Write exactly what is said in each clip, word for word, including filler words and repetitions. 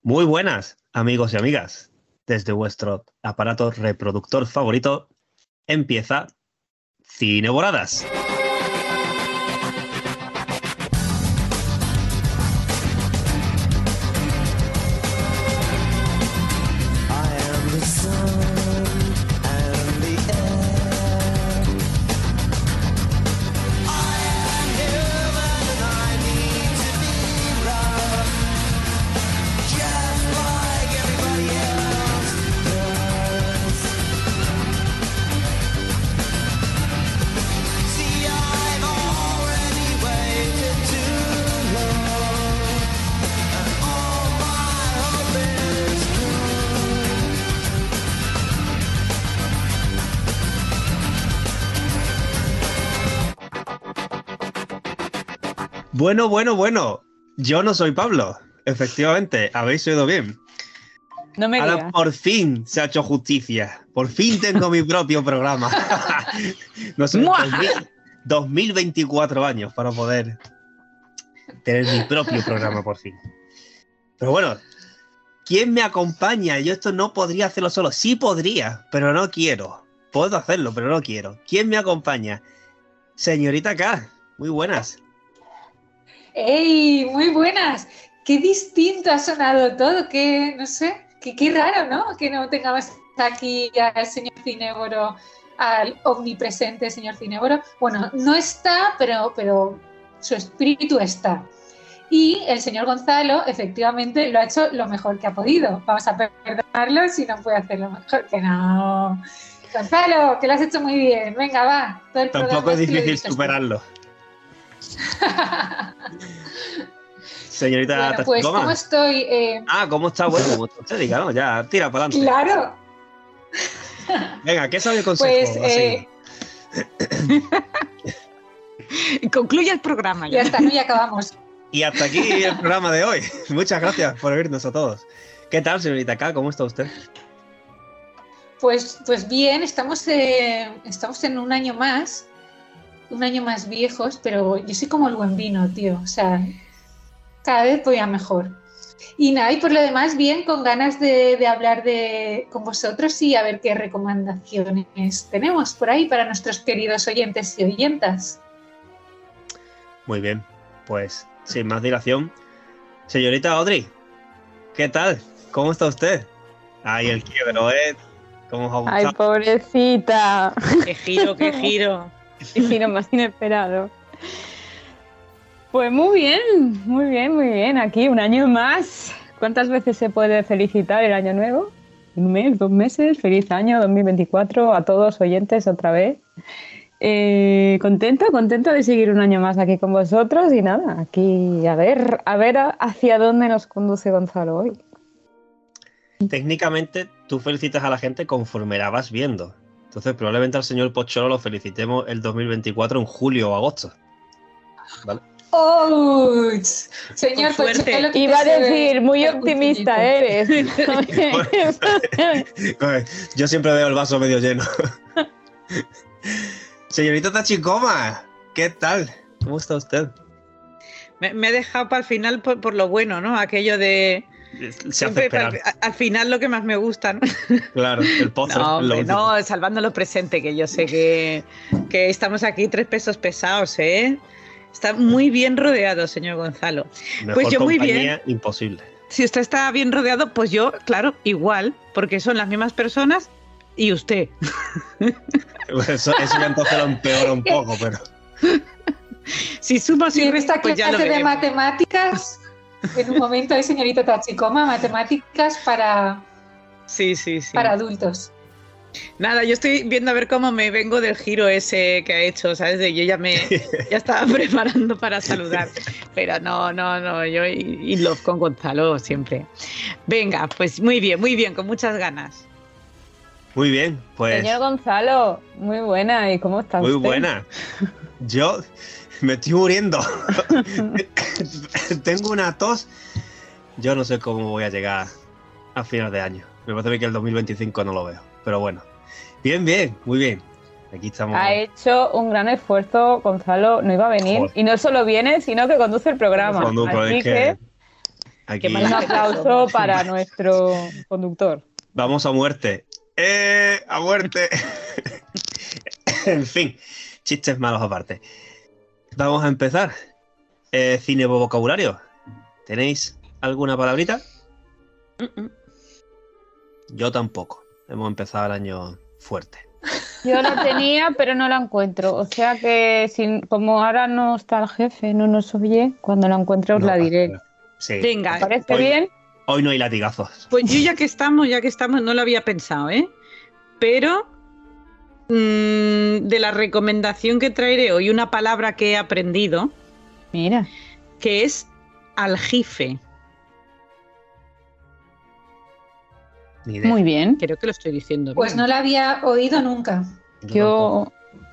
Muy buenas, amigos y amigas. Desde vuestro aparato reproductor favorito, empieza Cineboradas. Bueno, bueno, bueno. Yo no soy Pablo. Efectivamente, habéis oído bien. No me Ahora digas. por fin se ha hecho justicia. Por fin tengo mi propio programa. No sé, dos mil, dos mil veinticuatro años para poder tener mi propio programa por fin. Pero bueno, ¿quién me acompaña? Yo esto no podría hacerlo solo. Sí podría, pero no quiero. Puedo hacerlo, pero no quiero. ¿Quién me acompaña? Señorita K, muy buenas. ¡Ey! Muy buenas. Qué distinto ha sonado todo. Qué, no sé, qué, qué raro, ¿no? Que no tengamos aquí al señor Cinéboro, al omnipresente señor Cinéboro. Bueno, no está, pero, pero su espíritu está. Y el señor Gonzalo, efectivamente, lo ha hecho lo mejor que ha podido. Vamos a perdonarlo si no puede hacerlo mejor que no. Gonzalo, que lo has hecho muy bien. Venga, va. Todo el Tampoco es programa que lo difícil dices tú. superarlo. Señorita Bueno, pues, Tachikoma. ¿cómo estoy? Eh, Ah, ¿cómo está? Bueno, ¿cómo está usted? Diga, no, ya, tira para adelante. claro. Venga, ¿qué sabe el consejo? Pues, Así. eh, Concluye el programa. ya está, ¿no? Y acabamos. Y hasta aquí el programa de hoy. Muchas gracias por oírnos a todos. ¿Qué tal, señorita K? ¿Cómo está usted? Pues, pues bien, estamos, eh, estamos en un año más, un año más viejos, pero yo soy como el buen vino, tío. O sea, cada vez voy a mejor. Y nada, y por lo demás, bien, con ganas de, de hablar de, con vosotros y a ver qué recomendaciones tenemos por ahí para nuestros queridos oyentes y oyentas. Muy bien, pues sin más dilación. Señorita Audrey, ¿qué tal? ¿Cómo está usted? Ay, el quiebro, ¿eh? ¿Cómo os ha gustado? Ay, pobrecita. Qué giro, qué giro. Qué giro más inesperado. Pues muy bien, muy bien, muy bien. Aquí un año más. ¿Cuántas veces se puede felicitar el año nuevo? ¿Un mes? ¿Dos meses? Feliz año dos mil veinticuatro a todos oyentes otra vez. Eh, contento, contento de seguir un año más aquí con vosotros y nada, aquí a ver, a ver hacia dónde nos conduce Gonzalo hoy. Técnicamente, tú felicitas a la gente conforme la vas viendo. Entonces, probablemente al señor Pocholo lo felicitemos el dos mil veinticuatro en julio o agosto. ¿Vale? ¡Oh! Señor Con suerte. Pocholo, que Iba a se ve decir, muy el optimista cuchillito. eres. Yo siempre veo el vaso medio lleno. Señorita Tachikoma, ¿qué tal? ¿Cómo está usted? Me, me he dejado para el final por, por lo bueno, ¿no? Aquello de... Se hace siempre esperar. al, al final lo que más me gusta, ¿no? Claro, el postre. No, es lo hombre, último. no, salvando lo presente, que yo sé que, que estamos aquí tres pesos pesados, ¿eh? Está muy bien rodeado, señor Gonzalo. Mejor Pues yo muy compañía, imposible. Si usted está bien rodeado, pues yo, claro, igual, porque son las mismas personas y usted. Eso, eso ya entonces lo empeora un poco, pero... Si sumas Y y en esta restas, pues ya lo clase de veremos. matemáticas, en un momento hay señorita Tachikoma, matemáticas para, Sí, sí, sí. para adultos. Nada, yo estoy viendo a ver cómo me vengo del giro ese que ha hecho, ¿sabes? De yo ya me ya estaba preparando para saludar, pero no, no, no, yo in love con Gonzalo siempre. Venga, pues muy bien, muy bien, con muchas ganas. Muy bien, pues... Señor Gonzalo, muy buena. ¿Y cómo está Muy usted? buena. Yo me estoy muriendo. Tengo una tos. Yo no sé cómo voy a llegar a final de año. Me parece que el dos mil veinticinco no lo veo. Pero bueno. Bien, bien, muy bien. Aquí estamos. Ha hecho un gran esfuerzo, Gonzalo. No iba a venir. Joder. Y no solo viene, sino que conduce el programa. Conduzco, Así es que... que Aquí Un aplauso para nuestro conductor. vamos a muerte. ¡Eh! ¡A muerte! En fin, chistes malos aparte. Vamos a empezar. Eh, cine vocabulario. ¿Tenéis alguna palabrita? Mm-mm. Yo tampoco. Hemos empezado el año fuerte. Yo la tenía, pero no la encuentro. O sea que sin, como ahora no está el jefe, no nos oye, cuando la encuentre os No, la diré. Sí. Venga, ¿Te parece Hoy- bien? Hoy no hay latigazos. pues yo ya que estamos, ya que estamos, no lo había pensado, ¿eh? Pero mmm, de la recomendación que traeré hoy, una palabra que he aprendido, Mira. que es aljife. Ni idea. Muy bien. Creo que lo estoy diciendo bien. Pues no la había oído nunca. Yo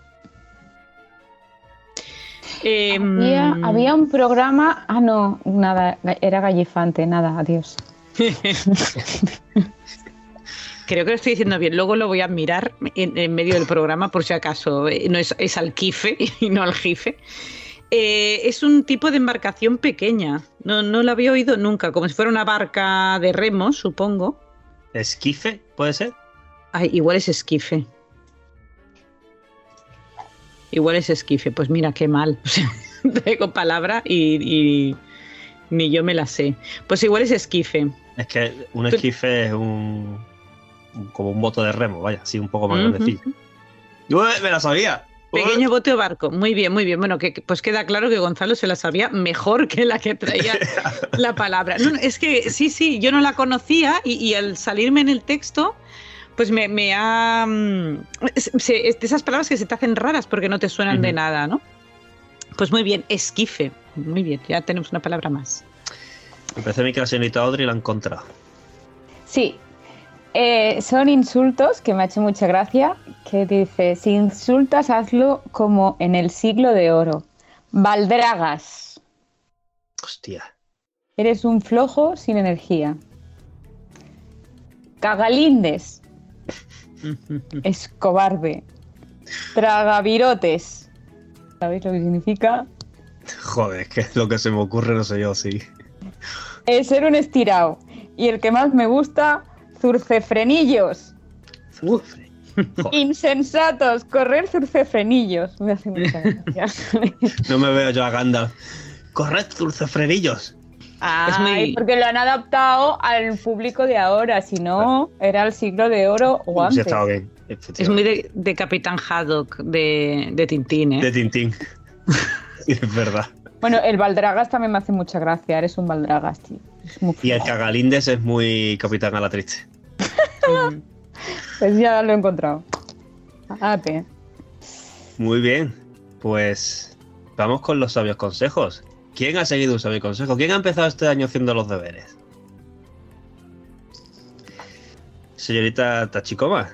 Eh, había, había un programa. Ah, no, nada, era Gallifante, nada, adiós. Creo que lo estoy diciendo bien. Luego lo voy a mirar en, en medio del programa por si acaso eh, no es, es alquife y no aljife. Eh, es un tipo de embarcación pequeña. No, no la había oído nunca. Como si fuera una barca de remos, supongo. ¿Esquife? ¿Puede ser? Ay, igual es esquife. Igual es esquife. Pues mira, qué mal. O sea, traigo palabra y, y ni yo me la sé. Pues igual es esquife. Es que un esquife es un, un- como un bote de remo, vaya, así un poco más Ujú. grandecillo. ¡Ué, ¡Me la sabía! ¡Ué! Pequeño bote o barco. Muy bien, muy bien. Bueno, que, que- pues queda claro que Gonzalo se la sabía mejor que la que traía la palabra. No, no, es que sí, sí, yo no la conocía y, y al salirme en el texto, pues me, me ha... mm, se- es de esas palabras que se te hacen raras porque no te suenan de Ujú. nada, ¿no? Pues muy bien, esquife. Muy bien, ya tenemos una palabra más. Me parece a mí que la señorita Audrey la ha encontrado. Sí, eh, son insultos que me ha hecho mucha gracia, que dice, si insultas hazlo como en el siglo de oro. Baldragas, Hostia. eres un flojo sin energía. Cagalindes, es cobarde. Tragavirotes, ¿sabéis lo que significa? Joder, es que lo que se me ocurre no sé yo, sí. Es ser un estirao. Y el que más me gusta, zurcefrenillos. Uf. Joder, Insensatos, correr zurcefrenillos. Me hace mucha gracia. no me veo yo a Gandalf. ¡Corred, dulcefrenillos! Es muy- Ay, porque lo han adaptado al público de ahora, si no, era el siglo de oro o Sí, antes. estaba bien. Es muy de, de Capitán Haddock de, de Tintín, ¿eh? De Tintín. Sí, es verdad. Bueno, el Baldragas también me hace mucha gracia, eres un Baldragas, tío. Es muy Y el flojo. Cagalindes es muy Capitán a la triste. Mm. Pues ya lo he encontrado. Ate. Muy bien. Pues vamos con los sabios consejos. ¿Quién ha seguido un sabio consejo? ¿Quién ha empezado este año haciendo los deberes? Señorita Tachikoma.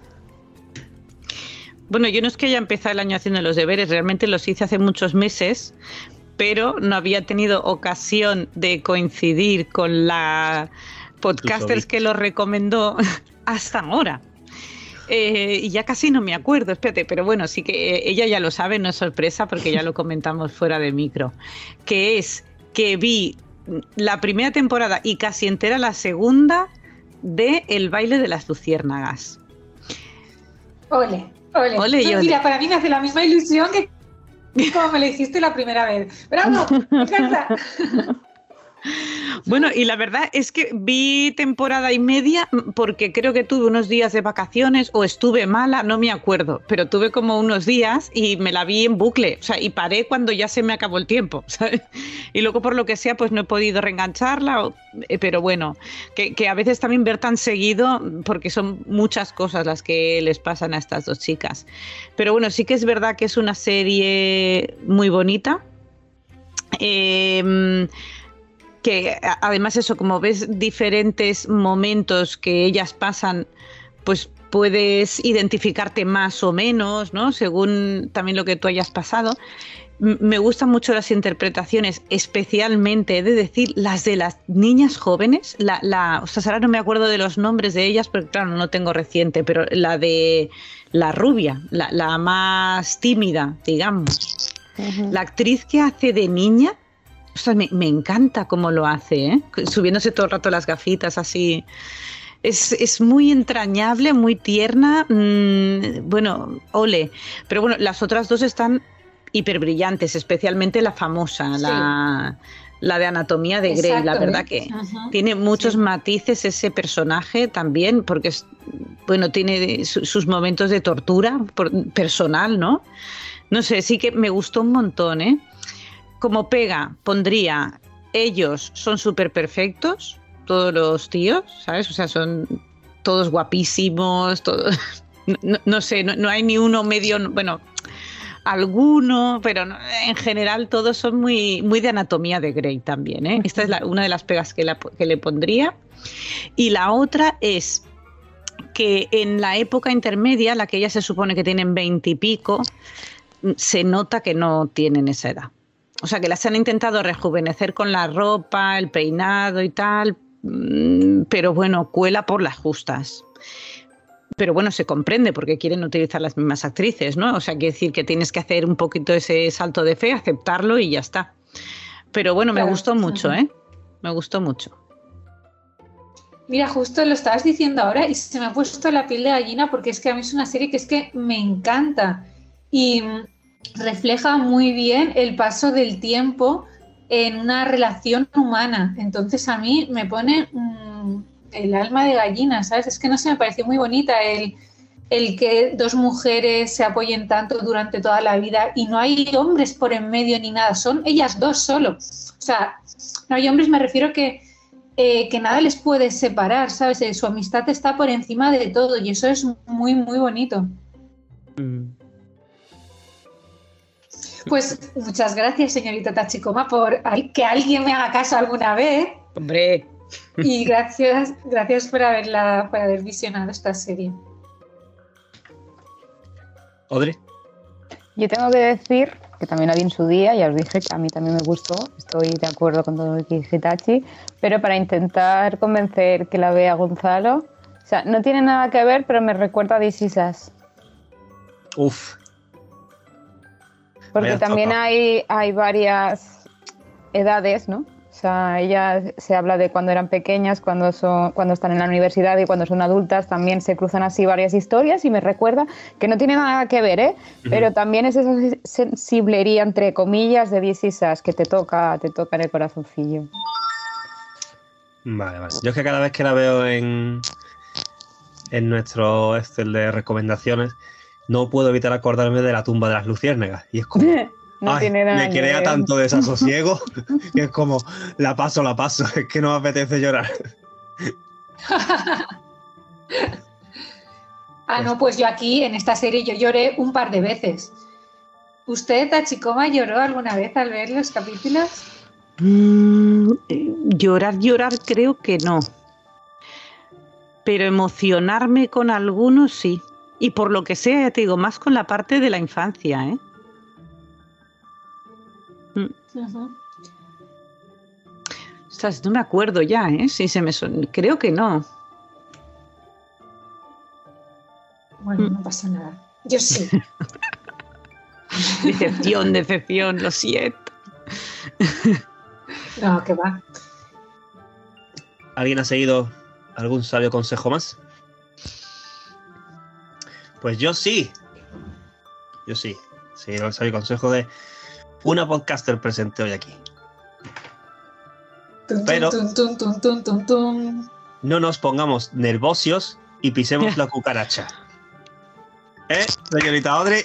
Bueno, yo no es que haya empezado el año haciendo los deberes, realmente los hice hace muchos meses, pero no había tenido ocasión de coincidir con la podcasters que los recomendó hasta ahora. Eh, y ya casi no me acuerdo, espérate, pero bueno, sí que eh, ella ya lo sabe, no es sorpresa porque ya lo comentamos fuera de micro, que es que vi la primera temporada y casi entera la segunda de El baile de las luciérnagas. Ole, ole. Ole y Eso, ole. Mira, para mí me hace la misma ilusión que como me lo dijiste la primera vez. ¡Bravo! ¡Me encanta! Bueno, y la verdad es que vi temporada y media porque creo que tuve unos días de vacaciones o estuve mala, no me acuerdo, pero tuve como unos días y me la vi en bucle, o sea, y paré cuando ya se me acabó el tiempo, ¿sabes? Y luego por lo que sea pues no he podido reengancharla, o- eh, pero bueno, que, que a veces también ver tan seguido porque son muchas cosas las que les pasan a estas dos chicas. Pero bueno, sí que es verdad que es una serie muy bonita. Eh, que a- además eso, como ves diferentes momentos que ellas pasan, pues puedes identificarte más o menos, ¿no? Según también lo que tú hayas pasado. M- Me gustan mucho las interpretaciones, especialmente, he de decir, las de las niñas jóvenes. La, la, o sea, ahora no me acuerdo de los nombres de ellas, porque claro, no tengo reciente, pero la de la rubia, la, la más tímida, digamos. La actriz que hace de niña ostras, me, me encanta cómo lo hace, ¿eh? Subiéndose todo el rato las gafitas así. Es, es muy entrañable, muy tierna. Mmm, bueno, ole. Pero bueno, las otras dos están hiper brillantes, especialmente la famosa, sí. la, la de Anatomía de Grey. Exacto, la verdad ¿eh? que uh-huh. tiene muchos sí. matices ese personaje también, porque es, bueno, tiene su, sus momentos de tortura por, personal, ¿no? No sé, sí que me gustó un montón, ¿eh? Como pega, pondría, ellos son súper perfectos, todos los tíos, ¿sabes? O sea, son todos guapísimos, todos, no, no sé, no, no hay ni uno medio, bueno, alguno, pero no, en general todos son muy, muy de Anatomía de Grey también, ¿eh? Esta es la, una de las pegas que, la, que le pondría. Y la otra es que en la época intermedia, la que ella se supone que tienen veinte y pico, se nota que no tienen esa edad. O sea, que las han intentado rejuvenecer con la ropa, el peinado y tal, pero bueno, cuela por las justas. Pero bueno, se comprende porque quieren utilizar las mismas actrices, ¿no? O sea, quiere decir que tienes que hacer un poquito ese salto de fe, aceptarlo y ya está. Pero bueno, me claro. gustó mucho, ¿eh? Me gustó mucho. Mira, justo lo estabas diciendo ahora y se me ha puesto la piel de gallina porque es que a mí es una serie que es que me encanta y refleja muy bien el paso del tiempo en una relación humana. Entonces a mí me pone mmm, el alma de gallina, ¿sabes? Es que no sé, me pareció muy bonita el, el que dos mujeres se apoyen tanto durante toda la vida y no hay hombres por en medio ni nada, son ellas dos solo. O sea, no hay hombres, me refiero que, eh, que nada les puede separar, ¿sabes? Eh, su amistad está por encima de todo y eso es muy, muy bonito. Mm. Pues muchas gracias, señorita Tachikoma, por que alguien me haga caso alguna vez. Hombre. Y gracias, gracias por haberla, por haber visionado esta serie. ¿Audrey? Yo tengo que decir que también la vi en su día, ya os dije que a mí también me gustó, estoy de acuerdo con todo lo que dice Tachi, pero para intentar convencer que la vea Gonzalo, o sea, no tiene nada que ver, pero me recuerda a This Is Us. Uf. Porque Vaya también hay, hay varias edades, ¿no? O sea, ella se habla de cuando eran pequeñas, cuando son, cuando están en la universidad y cuando son adultas, también se cruzan así varias historias y me recuerda que no tiene nada que ver, ¿eh? Uh-huh. Pero también es esa sensiblería, entre comillas, de This Is Us que te toca, te toca en el corazoncillo. Vale, vale. Yo es que cada vez que la veo en, en nuestro Excel de recomendaciones, no puedo evitar acordarme de La tumba de las luciérnagas. Y es como... No ay, tiene nada me crea tanto desasosiego que es como, la paso, la paso. Es que no me apetece llorar. Ah, no, pues yo aquí, en esta serie, yo lloré un par de veces. ¿Usted, Tachikoma, lloró alguna vez al ver los capítulos? Mm, llorar, llorar creo que no. Pero emocionarme con algunos sí. Y por lo que sea, ya te digo, más con la parte de la infancia, ¿eh? Uh-huh. Ostras, no me acuerdo ya, ¿eh? Sí, se me son... Creo que no. Bueno, mm. no pasa nada. Yo sí. Decepción, decepción, lo siento. No, que va. ¿Alguien ha seguido algún sabio consejo más? Pues yo sí. Yo sí. Sí, el sabio consejo de una podcaster presente hoy aquí. Pero tum, tum, tum, tum, tum. no nos pongamos nerviosos y pisemos la cucaracha. ¿Eh, señorita Audrey?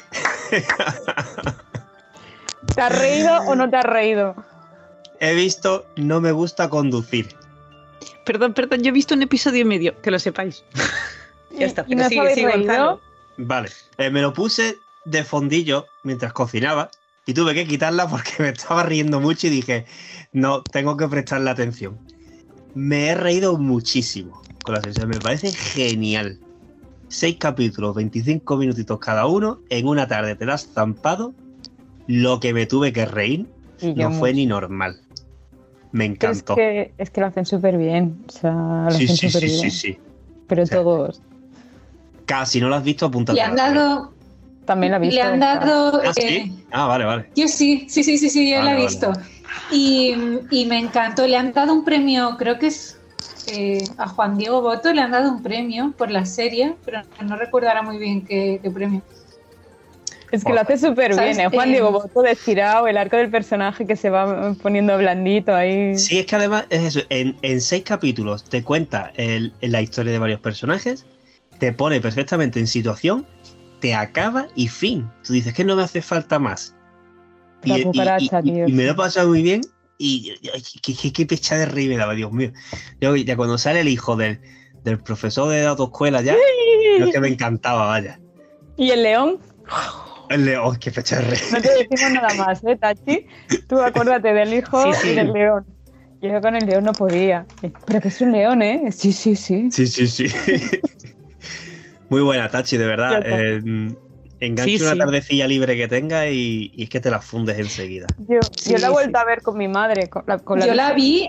¿Te has reído o no te has reído? He visto No me gusta conducir. Perdón, perdón, yo he visto un episodio y medio, que lo sepáis. Ya está, pero ¿Y no sigue, sigue, Gonzalo. Vale, eh, me lo puse de fondillo mientras cocinaba y tuve que quitarla porque me estaba riendo mucho y dije, no, tengo que prestarle atención. Me he reído muchísimo con la serie, me parece genial. Seis capítulos, veinticinco minutitos cada uno, en una tarde te das zampado. Lo que me tuve que reír no mucho. Fue ni normal. Me encantó. Es que, es que lo hacen súper bien. O sea, lo sí, hacen sí, súper sí, bien. sí, sí. Pero o sea, todos. Casi no lo has visto, apúntate. Y han dado... también la he visto. Le han dado... Ah, eh, ¿sí? Ah, vale, vale. Yo sí, sí, sí, sí, sí, yo Vale, la he vale. visto. Y, y me encantó. Le han dado un premio, creo que es eh, a Juan Diego Boto, le han dado un premio por la serie, pero no recuerdo ahora muy bien qué, qué premio. Es que lo hace súper ¿Sabes? bien, ¿eh? Juan Eh, Diego Boto destirado, el arco del personaje que se va poniendo blandito ahí. Sí, es que además es eso. En, en seis capítulos te cuenta el- la historia de varios personajes, te pone perfectamente en situación, te acaba y fin. Tú dices que no me hace falta más. La Y, y- cucaracha, y- y- tío. y me lo he pasado muy bien. Y ay, qué, qué, qué pecha de reír me daba, Dios mío. Yo, ya cuando sale el hijo del, del profesor de la autoescuela ya, lo que me encantaba, vaya. Y el león, El león, qué pecha de reír. no te decimos nada más, ¿eh, Tachi? Tú acuérdate del hijo Sí, sí. y del león. Yo con el león no podía. Pero que es un león, ¿eh? Sí, sí, sí. Sí, sí, sí. Muy buena, Tachi, de verdad. Ya está. Eh, engancha Sí, una sí. tardecilla libre que tenga y, y es que te la fundes enseguida. Yo, Sí, yo la he vuelto sí. a ver con mi madre. Con la, con la Yo la vi,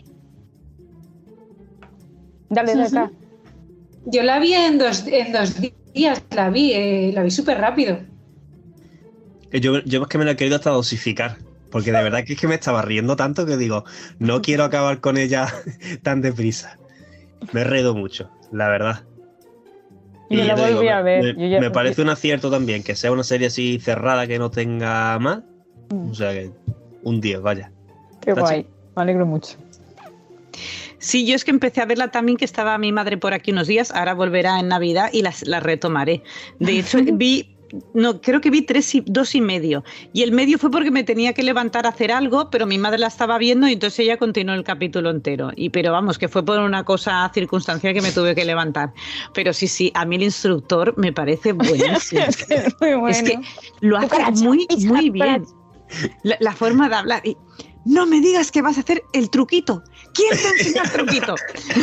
Dale, de acá. yo la vi en dos, en dos días, la vi, eh, la vi súper rápido. Eh, Yo, yo es que me lo he querido hasta dosificar, porque de verdad que es que me estaba riendo tanto que digo, no quiero acabar con ella tan deprisa. Me he reído mucho, la verdad. Yo Y la ya te volví digo, a ver. Me, Yo ya- me parece un acierto también que sea una serie así cerrada que no tenga más. Mm. O sea que un diez, vaya. Qué Tachi. guay. Me alegro mucho. Sí, yo es que empecé a verla también, que estaba mi madre por aquí unos días, ahora volverá en Navidad y las, la retomaré. De hecho, vi, no, creo que vi tres y, dos y medio. Y el medio fue porque me tenía que levantar a hacer algo, pero mi madre la estaba viendo y entonces ella continuó el capítulo entero. Y pero vamos, que fue por una cosa circunstancial que me tuve que levantar. Pero sí, sí, a mí el instructor me parece buenísimo. Es que es muy bueno. Es que lo hace Cucaracha, muy, pizza, muy bien. La, la forma de hablar. Y, no me digas que vas a hacer el truquito. ¿Quién te enseña el truquito?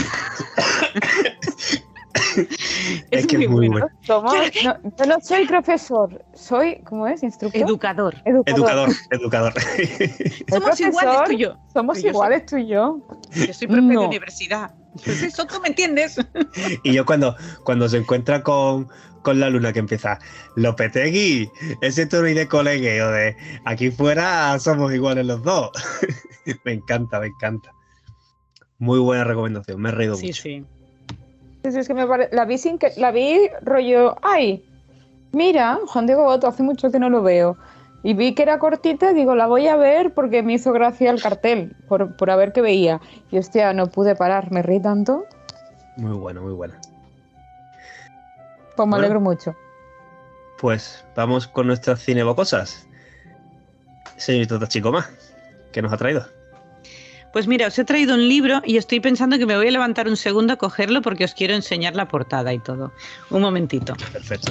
Es que es muy bueno. Somos- no, yo no soy profesor, soy, ¿cómo es? ¿Instructor? Educador. Educador, educador. El Somos profesor, iguales tú y yo. Somos Pero yo iguales tú y yo. Yo soy profe de No. universidad. Pues eso tú me entiendes. Y yo cuando, cuando se encuentra con, con la luna que empieza, Lopetegui, ese tono de colegueo de aquí fuera somos iguales los dos. Me encanta, me encanta. Muy buena recomendación, me he reído Sí, mucho. sí. Sí, sí, es que me pare- la vi sin que la vi rollo, ay, mira, Juan Diego Boto, hace mucho que no lo veo. Y vi que era cortita y digo, la voy a ver porque me hizo gracia el cartel, por, por a ver qué veía. Y hostia, no pude parar, me reí tanto, Muy bueno, muy buena. pues me Bueno. alegro mucho. Pues vamos con nuestras cinebocosas. Señorita Tachikoma, ¿qué nos ha traído? Pues mira, os he traído un libro y estoy pensando que me voy a levantar un segundo a cogerlo porque os quiero enseñar la portada y todo. Un momentito. Perfecto.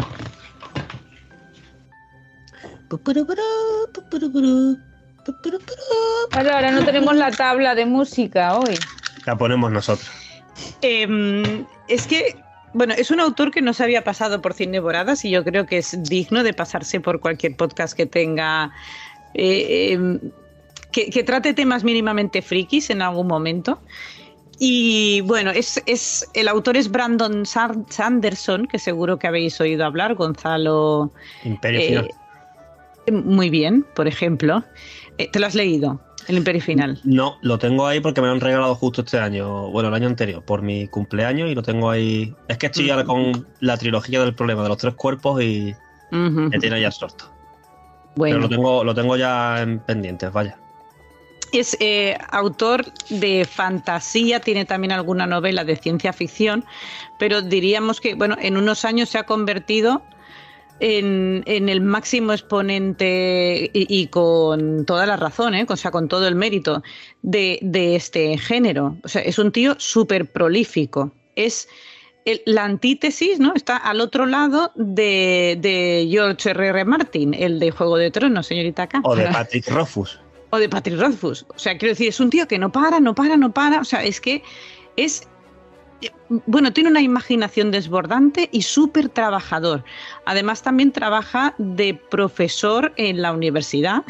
Ahora, ahora no tenemos la tabla de música hoy. La ponemos nosotros. Eh, es que, bueno, es un autor que no se había pasado por Cineboradas y yo creo que es digno de pasarse por cualquier podcast que tenga, eh, eh, que, que trate temas mínimamente frikis en algún momento. Y bueno, es, es el autor es Brandon Sanderson, que seguro que habéis oído hablar, Gonzalo. Imperio eh, Final. Muy bien, por ejemplo. Eh, ¿Te lo has leído? El Imperio Final. No, lo tengo ahí porque me lo han regalado justo este año, bueno, el año anterior, por mi cumpleaños y lo tengo ahí. Es que estoy ahora con la trilogía del problema de los tres cuerpos y Ujú. me tiene ya absorto. Bueno. Pero lo tengo, lo tengo ya en pendientes, vaya. Es eh, autor de fantasía, tiene también alguna novela de ciencia ficción, pero diríamos que, bueno, en unos años se ha convertido en, en el máximo exponente y, y con toda la razón, ¿eh? O sea, con todo el mérito de, de este género. O sea, es un tío súper prolífico. Es el- la antítesis, ¿no? Está al otro lado de, de George R R. Martin, el de Juego de Tronos, señorita K. O de Patrick Rothfuss. O de Patrick Rothfuss. O sea, quiero decir, es un tío que no para, no para, no para. O sea, es que es... Bueno, tiene una imaginación desbordante y súper trabajador. Además, también trabaja de profesor en la universidad,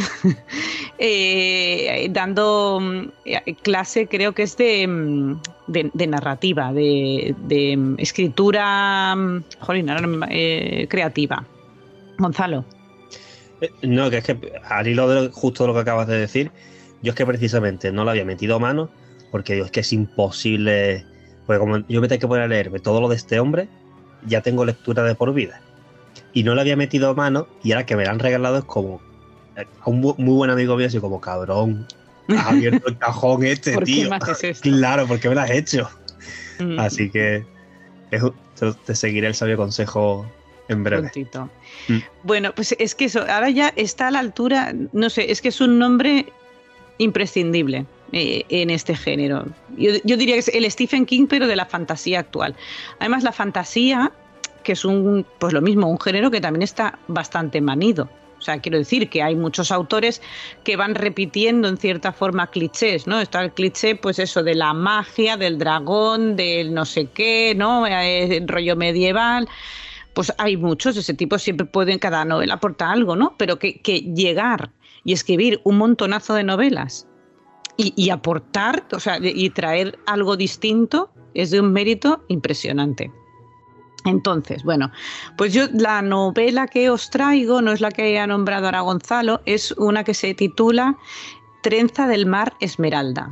eh, dando mm, clase, creo que es de, mm, de, de narrativa, de, de mm, escritura mm, jolín, ahora no me- eh, creativa. Gonzalo. No, que es que al hilo de lo, justo de lo que acabas de decir, yo es que precisamente no le había metido mano, porque digo, es que es imposible, porque como yo me tengo que poner a leerme todo lo de este hombre, ya tengo lectura de por vida. Y no le había metido mano, y ahora que me la han regalado es como, a un muy buen amigo mío, así como, cabrón, has abierto el cajón este, ¿Por tío. qué me haces esto? Claro, porque me lo has hecho. Mm. Así que es, te, te seguiré el sabio consejo en breve. Puntito. Mm. Bueno, pues es que eso, ahora ya está a la altura, no sé, es que es un nombre imprescindible eh, en este género. Yo, yo diría que es el Stephen King, pero de la fantasía actual. Además, la fantasía, que es un, pues lo mismo, un género que también está bastante manido. O sea, quiero decir que hay muchos autores que van repitiendo en cierta forma clichés, ¿no? Está el cliché, pues eso, de la magia, del dragón, del no sé qué, ¿no? El rollo medieval. Pues hay muchos de ese tipo, siempre pueden, cada novela aporta algo, ¿no? Pero que, que llegar y escribir un montonazo de novelas y, y aportar, o sea, y traer algo distinto es de un mérito impresionante. Entonces, bueno, pues yo la novela que os traigo no es la que ha nombrado ahora Gonzalo, es una que se titula Trenza del mar Esmeralda.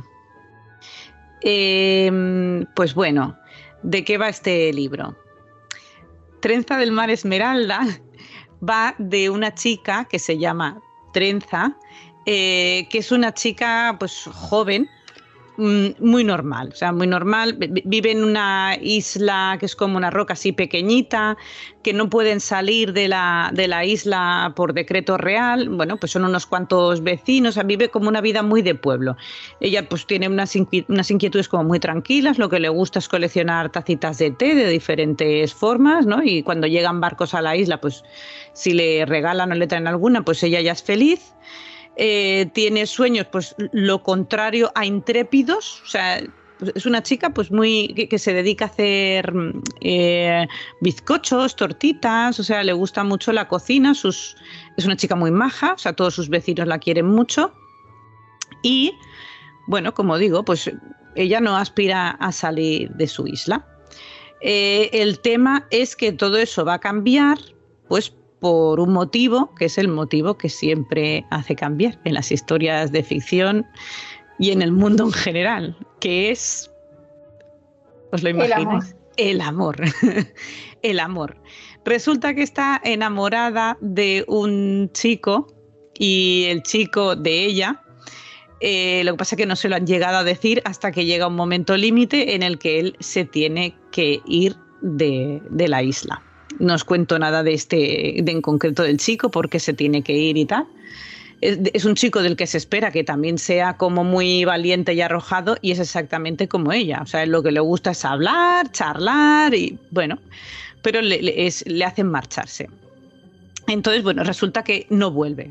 Eh, pues bueno, ¿de qué va este libro? Trenza del mar Esmeralda va de una chica que se llama Trenza, eh, que es una chica pues joven, muy normal, o sea, muy normal. Vive en una isla que es como una roca así pequeñita, que no pueden salir de la, de la isla por decreto real. Bueno, pues son unos cuantos vecinos, o sea, vive como una vida muy de pueblo. Ella pues tiene unas, inquiet- unas inquietudes como muy tranquilas, lo que le gusta es coleccionar tacitas de té de diferentes formas, ¿no? Y cuando llegan barcos a la isla, pues si le regalan o le traen alguna, pues ella ya es feliz. Eh, tiene sueños, pues lo contrario a intrépidos, o sea, pues, es una chica pues muy que, que se dedica a hacer eh, bizcochos, tortitas, o sea, le gusta mucho la cocina, sus, es una chica muy maja, o sea, todos sus vecinos la quieren mucho y, bueno, como digo, pues ella no aspira a salir de su isla. Eh, el tema es que todo eso va a cambiar, pues, por un motivo, que es el motivo que siempre hace cambiar en las historias de ficción y en el mundo en general, que es, ¿os lo imagináis? El amor. El amor. El amor. Resulta que está enamorada de un chico y el chico de ella, eh, lo que pasa es que no se lo han llegado a decir hasta que llega un momento límite en el que él se tiene que ir de, de la isla. No os cuento nada de este, de en concreto del chico, porque se tiene que ir y tal. Es, es un chico del que se espera que también sea como muy valiente y arrojado, y es exactamente como ella. O sea, lo que le gusta es hablar, charlar y bueno, pero le, le, es, le hacen marcharse. Entonces, bueno, resulta que no vuelve.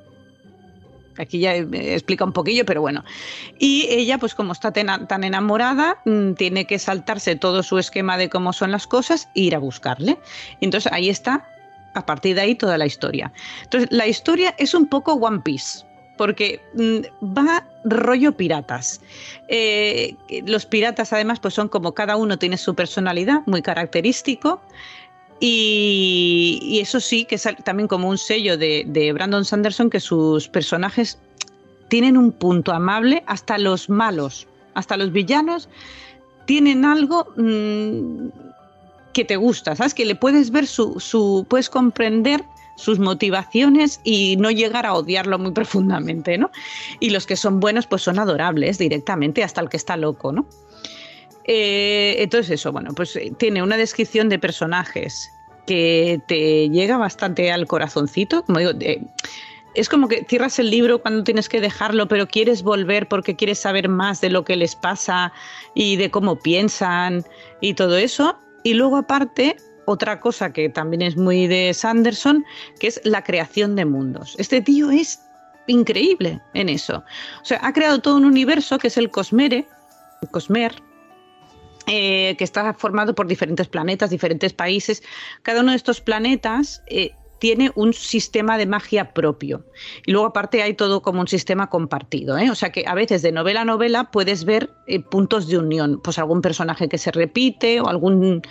Aquí ya explica un poquillo, pero bueno. Y ella, pues como está tan enamorada, tiene que saltarse todo su esquema de cómo son las cosas e ir a buscarle. Entonces ahí está, a partir de ahí, toda la historia. Entonces la historia es un poco One Piece, porque va rollo piratas. Eh, los piratas además pues son como cada uno tiene su personalidad, muy característico. Y, y eso sí, que es también como un sello de, de Brandon Sanderson, que sus personajes tienen un punto amable, hasta los malos, hasta los villanos, tienen algo mmm, que te gusta, ¿sabes? Que le puedes ver su, su, puedes comprender sus motivaciones y no llegar a odiarlo muy profundamente, ¿no? Y los que son buenos, pues son adorables directamente, hasta el que está loco, ¿no? Eh, entonces eso, bueno, pues tiene una descripción de personajes que te llega bastante al corazoncito, como digo, eh, es como que cierras el libro cuando tienes que dejarlo, pero quieres volver porque quieres saber más de lo que les pasa y de cómo piensan y todo eso. Y luego aparte, otra cosa que también es muy de Sanderson, que es la creación de mundos. Este tío es increíble en eso. O sea, ha creado todo un universo que es el Cosmere, el Cosmere, Eh, que está formado por diferentes planetas, diferentes países. Cada uno de estos planetas eh, tiene un sistema de magia propio. Y luego aparte hay todo como un sistema compartido, ¿eh? O sea que a veces de novela a novela puedes ver eh, puntos de unión. Pues algún personaje que se repite o algún,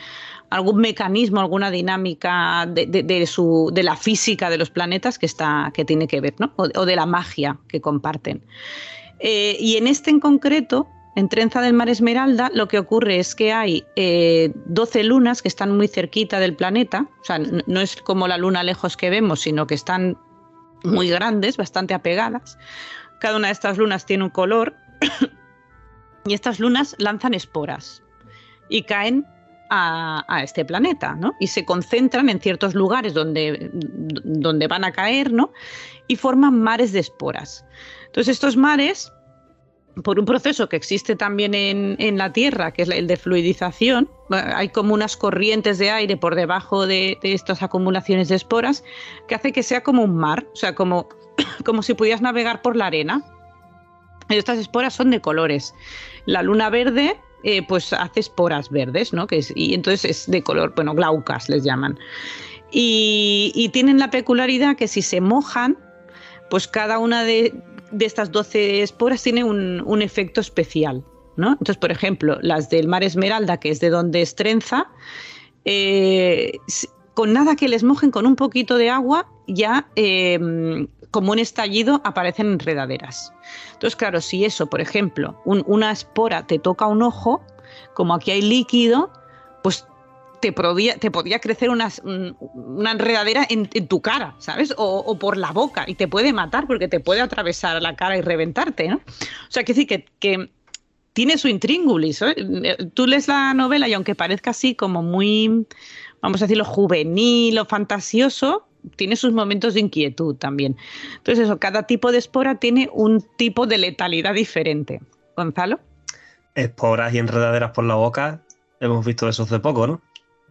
algún mecanismo, alguna dinámica de, de, de, su, de la física de los planetas que, está, que tiene que ver, ¿no? O, o de la magia que comparten. Eh, y en este en concreto, en Trenza del Mar Esmeralda, lo que ocurre es que hay eh, doce lunas que están muy cerquita del planeta, o sea, no, no es como la luna lejos que vemos, sino que están muy grandes, bastante apegadas. Cada una de estas lunas tiene un color y estas lunas lanzan esporas y caen a, a este planeta, ¿no? Y se concentran en ciertos lugares donde, donde van a caer, ¿no? Y forman mares de esporas. Entonces estos mares, por un proceso que existe también en, en la Tierra, que es el de fluidización, hay como unas corrientes de aire por debajo de, de estas acumulaciones de esporas que hace que sea como un mar, o sea, como, como si pudieras navegar por la arena. Y estas esporas son de colores. La luna verde eh, pues hace esporas verdes, ¿no? Que es, y entonces es de color, bueno, glaucas les llaman. Y, y tienen la peculiaridad que si se mojan, pues cada una de, de estas doce esporas tiene un, un efecto especial, ¿no? Entonces, por ejemplo, las del Mar Esmeralda, que es de donde es Trenza, eh, con nada que les mojen, con un poquito de agua, ya eh, como un estallido aparecen enredaderas. Entonces, claro, si eso, por ejemplo, un, una espora te toca un ojo, como aquí hay líquido, pues te podía, te podía crecer una, una enredadera en, en tu cara, ¿sabes? O, o por la boca, y te puede matar porque te puede atravesar la cara y reventarte, ¿no? O sea, que decir que, que tiene su intríngulis, ¿eh? Tú lees la novela y aunque parezca así como muy, vamos a decirlo, juvenil o fantasioso, tiene sus momentos de inquietud también. Entonces eso, cada tipo de espora tiene un tipo de letalidad diferente. ¿Gonzalo? Esporas y enredaderas por la boca, hemos visto eso hace poco, ¿no?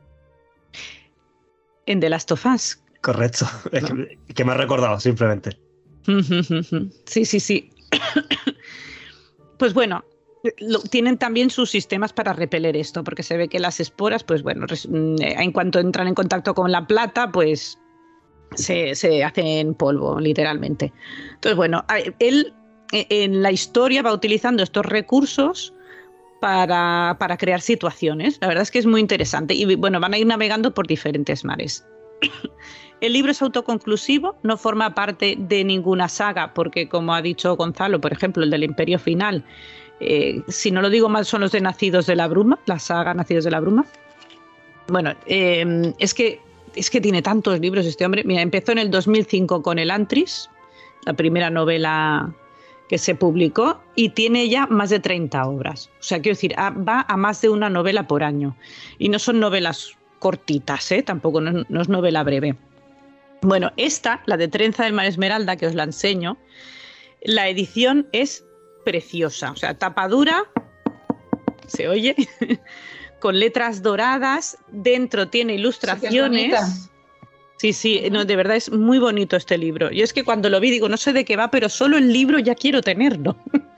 En The Last of Us. Correcto, es ¿no? que, que me ha recordado simplemente. Sí, sí, sí. Pues bueno, lo, tienen también sus sistemas para repeler esto, porque se ve que las esporas, pues bueno, res, en cuanto entran en contacto con la plata, pues se, se hacen polvo, literalmente. Entonces, bueno, él en la historia va utilizando estos recursos Para, para crear situaciones. La verdad es que es muy interesante y bueno, van a ir navegando por diferentes mares. El libro es autoconclusivo, no forma parte de ninguna saga porque, como ha dicho Gonzalo, por ejemplo, el del Imperio Final, eh, si no lo digo mal, son los de Nacidos de la Bruma, la saga Nacidos de la Bruma. Bueno, eh, es que es que tiene tantos libros este hombre. Mira, empezó en el dos mil cinco con El Antris, la primera novela que se publicó, y tiene ya más de treinta obras. O sea, quiero decir, va a más de una novela por año. Y no son novelas cortitas, ¿eh? Tampoco, no, no es novela breve. Bueno, esta, la de Trenza del Mar Esmeralda, que os la enseño, la edición es preciosa. O sea, tapa dura, se oye, con letras doradas, dentro tiene ilustraciones. Sí, Sí, sí, no, de verdad es muy bonito este libro. Yo es que cuando lo vi digo, no sé de qué va, pero solo el libro ya quiero tenerlo.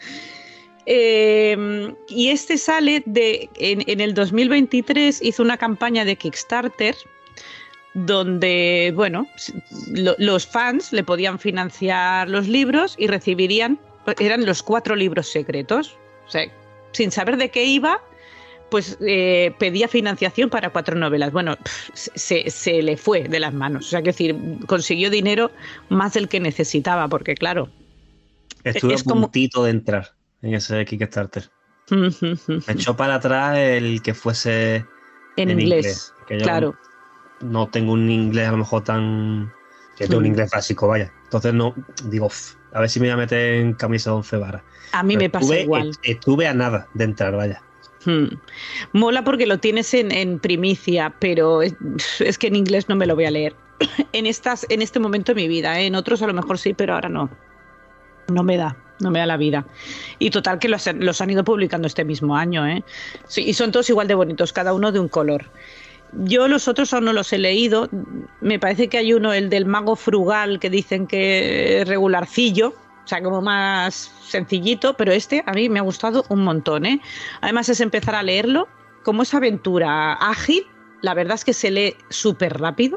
eh, y este sale de, en, en el dos mil veintitrés hizo una campaña de Kickstarter donde, bueno, lo, los fans le podían financiar los libros y recibirían, eran los cuatro libros secretos. O sea, sin saber de qué iba, pues eh, pedía financiación para cuatro novelas. Bueno, se, se le fue de las manos. O sea, que decir, consiguió dinero más del que necesitaba, porque claro... Estuve a puntito como... de entrar en ese Kickstarter. Me echó para atrás el que fuese en, en inglés, inglés. Que yo claro. No tengo un inglés a lo mejor tan... Que tengo un inglés básico, vaya. Entonces no, digo, a ver si me voy a meter en camisa de once varas. A mí Pero me pasa estuve, igual. Estuve a nada de entrar, vaya. Hmm. Mola porque lo tienes en, en primicia, pero es, es que en inglés no me lo voy a leer. En estas, en este momento de mi vida, ¿eh? En otros a lo mejor sí, pero ahora no. No me da, no me da la vida. Y total que los, los han ido publicando este mismo año, ¿eh? Sí, y son todos igual de bonitos, cada uno de un color. Yo los otros aún no los he leído. Me parece que hay uno, el del mago frugal, que dicen que es regularcillo. O sea, como más sencillito, pero este a mí me ha gustado un montón, ¿eh? Además es empezar a leerlo, como es aventura ágil, la verdad es que se lee súper rápido,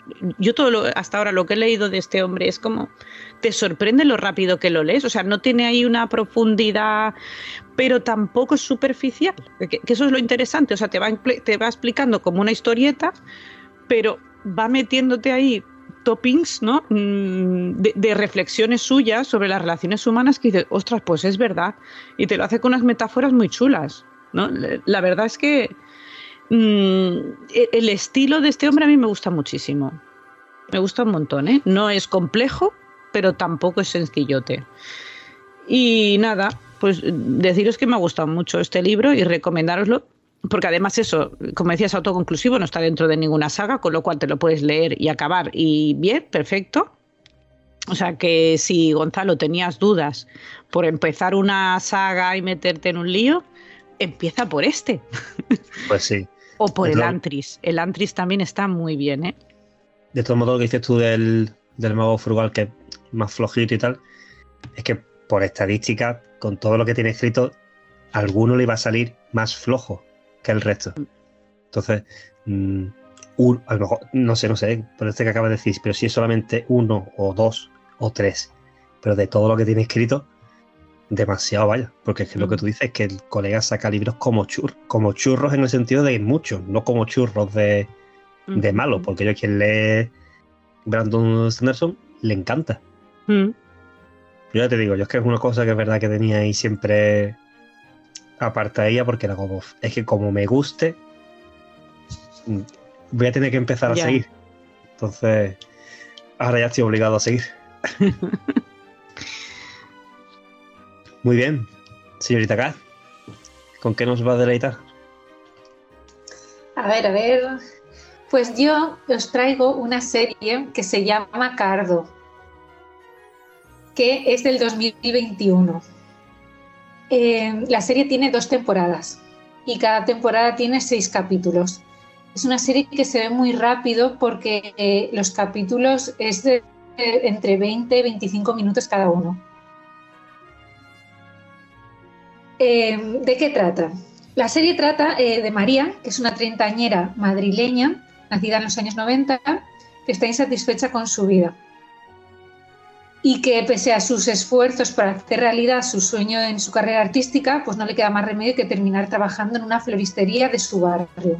yo todo lo, hasta ahora lo que he leído de este hombre es como, te sorprende lo rápido que lo lees, o sea, no tiene ahí una profundidad, pero tampoco es superficial, que, que eso es lo interesante, o sea, te va, te va explicando como una historieta, pero va metiéndote ahí toppings, ¿no? De, de reflexiones suyas sobre las relaciones humanas que dices, ostras, pues es verdad, y te lo hace con unas metáforas muy chulas, ¿no? La verdad es que mmm, el estilo de este hombre a mí me gusta muchísimo, me gusta un montón, ¿eh? No es complejo, pero tampoco es sencillote. Y nada, pues deciros que me ha gustado mucho este libro y recomendároslo. Porque además eso, como decías, autoconclusivo, no está dentro de ninguna saga, con lo cual te lo puedes leer y acabar y bien, perfecto. O sea que si, Gonzalo, tenías dudas por empezar una saga y meterte en un lío, empieza por este. Pues sí. O por de el todo, Antris. El Antris también está muy bien, ¿eh? De todos modos, lo que dices tú del, del mago frugal, que es más flojito y tal, es que por estadística, con todo lo que tiene escrito, a alguno le iba a salir más flojo que el resto. Entonces, mmm, un, a lo mejor, no sé, no sé, por este que acabas de decir, pero si es solamente uno o dos o tres, pero de todo lo que tiene escrito, demasiado, vaya, porque es que mm. lo que tú dices es que el colega saca libros como churros, como churros en el sentido de muchos, no como churros de, mm. de malos, porque yo quien lee Brandon Sanderson le encanta. Mm. Yo ya te digo, yo es que es una cosa que es verdad que tenía ahí siempre aparte de ella, porque era como, es que como me guste, voy a tener que empezar a yeah. seguir. Entonces, ahora ya estoy obligado a seguir. Muy bien, señorita K, ¿con qué nos va a deleitar? A ver, a ver, pues yo os traigo una serie que se llama Cardo, que es del dos mil veintiuno. Eh, la serie tiene dos temporadas y cada temporada tiene seis capítulos. Es una serie que se ve muy rápido porque eh, los capítulos es de eh, entre veinte y veinticinco minutos cada uno. Eh, ¿De qué trata? La serie trata eh, de María, que es una treintañera madrileña, nacida en los años noventa, que está insatisfecha con su vida. Y que pese a sus esfuerzos para hacer realidad su sueño en su carrera artística, pues no le queda más remedio que terminar trabajando en una floristería de su barrio.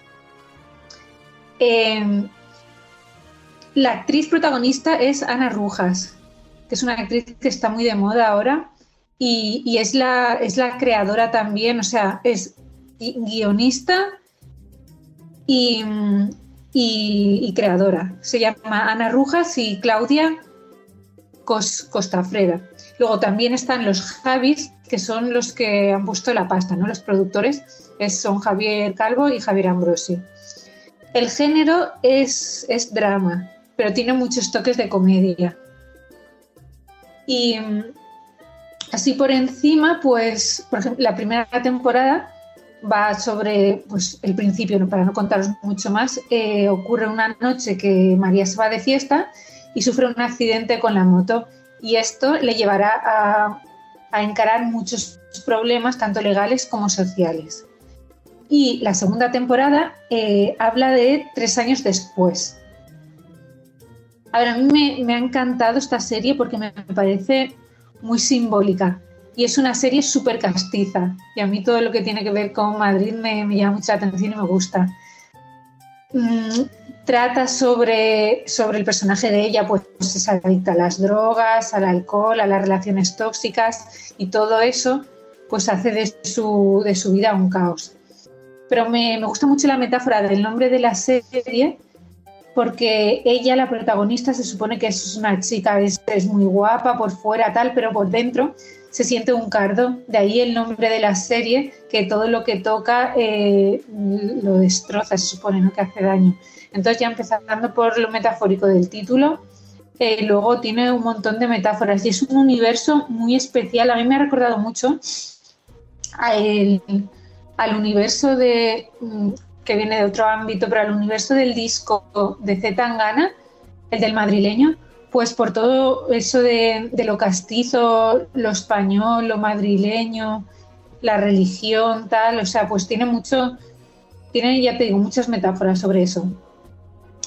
Eh, la actriz protagonista es Ana Rujas, que es una actriz que está muy de moda ahora y, y es, la, es la creadora también, o sea, es guionista y, y, y creadora. Se llama Ana Rujas y Claudia Costafreda. Luego también están los Javis, que son los que han puesto la pasta, ¿no? Los productores es, son Javier Calvo y Javier Ambrosi. El género es, es drama, pero tiene muchos toques de comedia. Y así por encima, pues, por ejemplo, la primera temporada va sobre pues, el principio, ¿no? Para no contaros mucho más, eh, ocurre una noche que María se va de fiesta y sufre un accidente con la moto y esto le llevará a, a encarar muchos problemas, tanto legales como sociales. Y la segunda temporada eh, habla de tres años después. A ver, a mí me, me ha encantado esta serie porque me parece muy simbólica y es una serie súper castiza y a mí todo lo que tiene que ver con Madrid me, me llama mucha atención y me gusta. Mm, trata sobre, sobre el personaje de ella, pues es adicta a las drogas, al alcohol, a las relaciones tóxicas y todo eso pues hace de su, de su vida un caos. Pero me, me gusta mucho la metáfora del nombre de la serie porque ella, la protagonista, se supone que es una chica, es, es muy guapa por fuera, tal, pero por dentro se siente un cardo. De ahí el nombre de la serie, que todo lo que toca eh, lo destroza, se supone, ¿no? Que hace daño. Entonces, ya empezando por lo metafórico del título, eh, luego tiene un montón de metáforas y es un universo muy especial. A mí me ha recordado mucho a el, al universo de... que viene de otro ámbito, pero al universo del disco de Z Tangana, el del madrileño, pues por todo eso de, de lo castizo, lo español, lo madrileño, la religión, tal, o sea, pues tiene mucho, tiene, ya te digo, muchas metáforas sobre eso.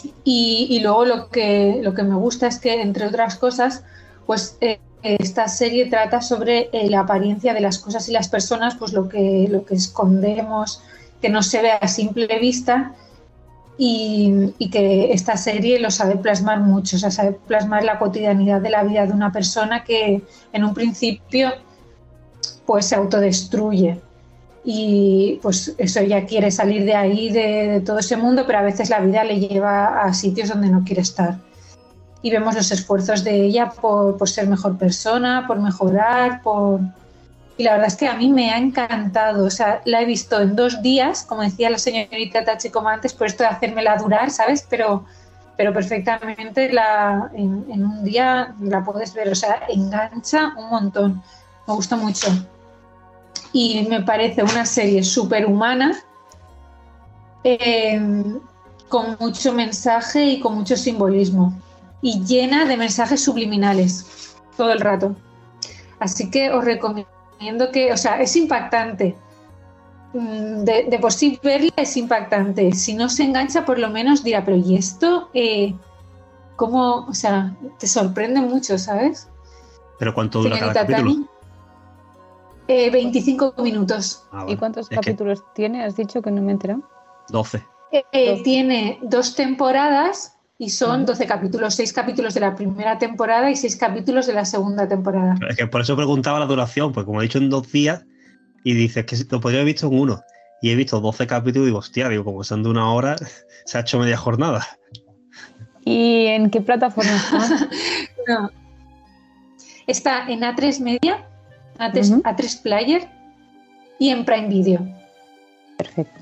Y, y luego lo que, lo que me gusta es que, entre otras cosas, pues eh, esta serie trata sobre eh, la apariencia de las cosas y las personas, pues lo que, lo que escondemos, que no se ve a simple vista, y, y que esta serie lo sabe plasmar mucho, o sea, sabe plasmar la cotidianidad de la vida de una persona que en un principio pues se autodestruye. Y pues eso, ella quiere salir de ahí, de, de todo ese mundo, pero a veces la vida le lleva a sitios donde no quiere estar. Y vemos los esfuerzos de ella por, por ser mejor persona, por mejorar, por... Y la verdad es que a mí me ha encantado. O sea, la he visto en dos días, como decía la señorita Tachikoma antes, por esto de hacérmela durar, ¿sabes? Pero, pero perfectamente la, en, en un día la puedes ver. O sea, engancha un montón. Me gusta mucho. Y me parece una serie súper humana, eh, con mucho mensaje y con mucho simbolismo, y llena de mensajes subliminales todo el rato. Así que os recomiendo que, o sea, es impactante. De, de por sí verla es impactante. Si no se engancha, por lo menos dirá, pero ¿y esto? Eh, ¿Cómo? O sea, te sorprende mucho, ¿sabes? ¿Pero cuánto dura Señorita cada capítulo? Tani, Eh, veinticinco minutos. Ah, vale. ¿Y cuántos Es capítulos que... tiene? ¿Has dicho que no me he enterado? doce. Eh, eh, tiene dos temporadas y son Uh-huh. doce capítulos, seis capítulos de la primera temporada y seis capítulos de la segunda temporada. Es que por eso preguntaba la duración, porque como he dicho en dos días, y dices que lo podría haber visto en uno. Y he visto doce capítulos y digo, hostia, digo, como son de una hora, se ha hecho media jornada. ¿Y en qué plataforma está? No. Está en A tres Media, A tres, Uh-huh. A tres Player y en Prime Video. Perfecto.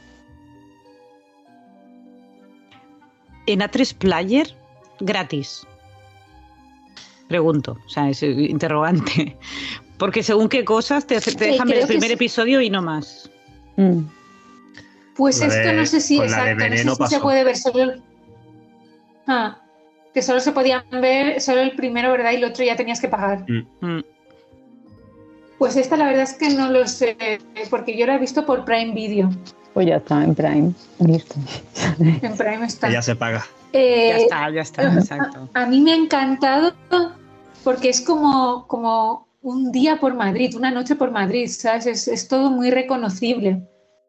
En A tres Player, gratis. Pregunto, o sea, es interrogante. Porque según qué cosas te, te dejan Eh, ver el creo que primer sí. episodio y no más. Mm. Pues La esto de- no sé si, con la de exacto, no sé Veneno si pasó. se puede ver solo el... Ah, que solo se podían ver solo el primero, ¿verdad? Y el otro ya tenías que pagar. Mm. Pues esta la verdad es que no lo sé, porque yo la he visto por Prime Video. Pues ya está, en Prime. Listo. En Prime está. Que ya se paga. Eh, Ya está, ya está, exacto. A, a mí me ha encantado porque es como, como un día por Madrid, una noche por Madrid, ¿sabes? Es, es todo muy reconocible.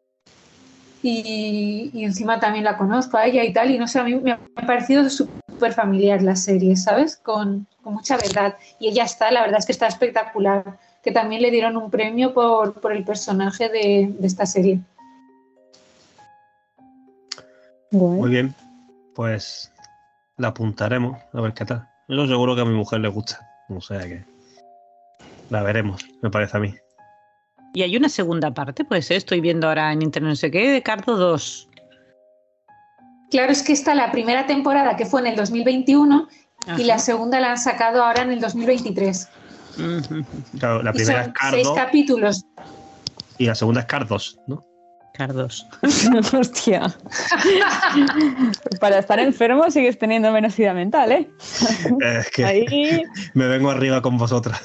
Y, y encima también la conozco a ella y tal, y no sé, a mí me ha parecido súper familiar la serie, ¿sabes? Con, con mucha verdad. Y ella está, la verdad es que está espectacular, que también le dieron un premio por, por el personaje de, de esta serie. Bueno. Muy bien, pues la apuntaremos a ver qué tal. Yo seguro que a mi mujer le gusta, o sea que la veremos, me parece a mí. Y hay una segunda parte, pues ¿eh? Estoy viendo ahora en internet, no sé qué, de Cardo dos. Claro, es que está la primera temporada, que fue en el dos mil veintiuno, Ajá. y la segunda la han sacado ahora en el dos mil veintitrés. Ujú. Claro, la Y primera son es seis Cardo capítulos. y la segunda es Cardos, ¿no? Cardos. Hostia. Para estar enfermo sigues teniendo venosidad mental, ¿eh? Es que Ahí. me vengo arriba con vosotras.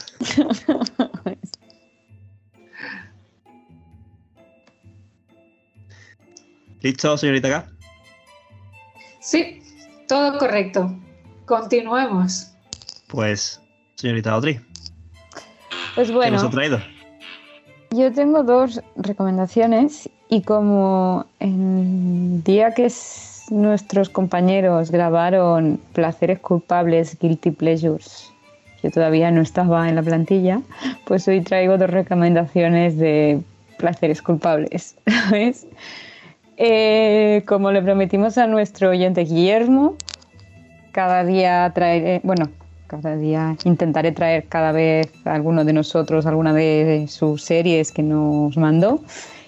¿Listo, señorita K? Sí, todo correcto. Continuemos. Pues, señorita Audrey, Pues ¿qué bueno, nos ha traído? yo tengo dos recomendaciones y como el día que s- nuestros compañeros grabaron Placeres Culpables, Guilty Pleasures, yo todavía no estaba en la plantilla, pues hoy traigo dos recomendaciones de placeres culpables, ¿sabes? Eh, como le prometimos a nuestro oyente Guillermo, cada día traeré, bueno, cada día intentaré traer cada vez a alguno de nosotros alguna de sus series que nos mandó.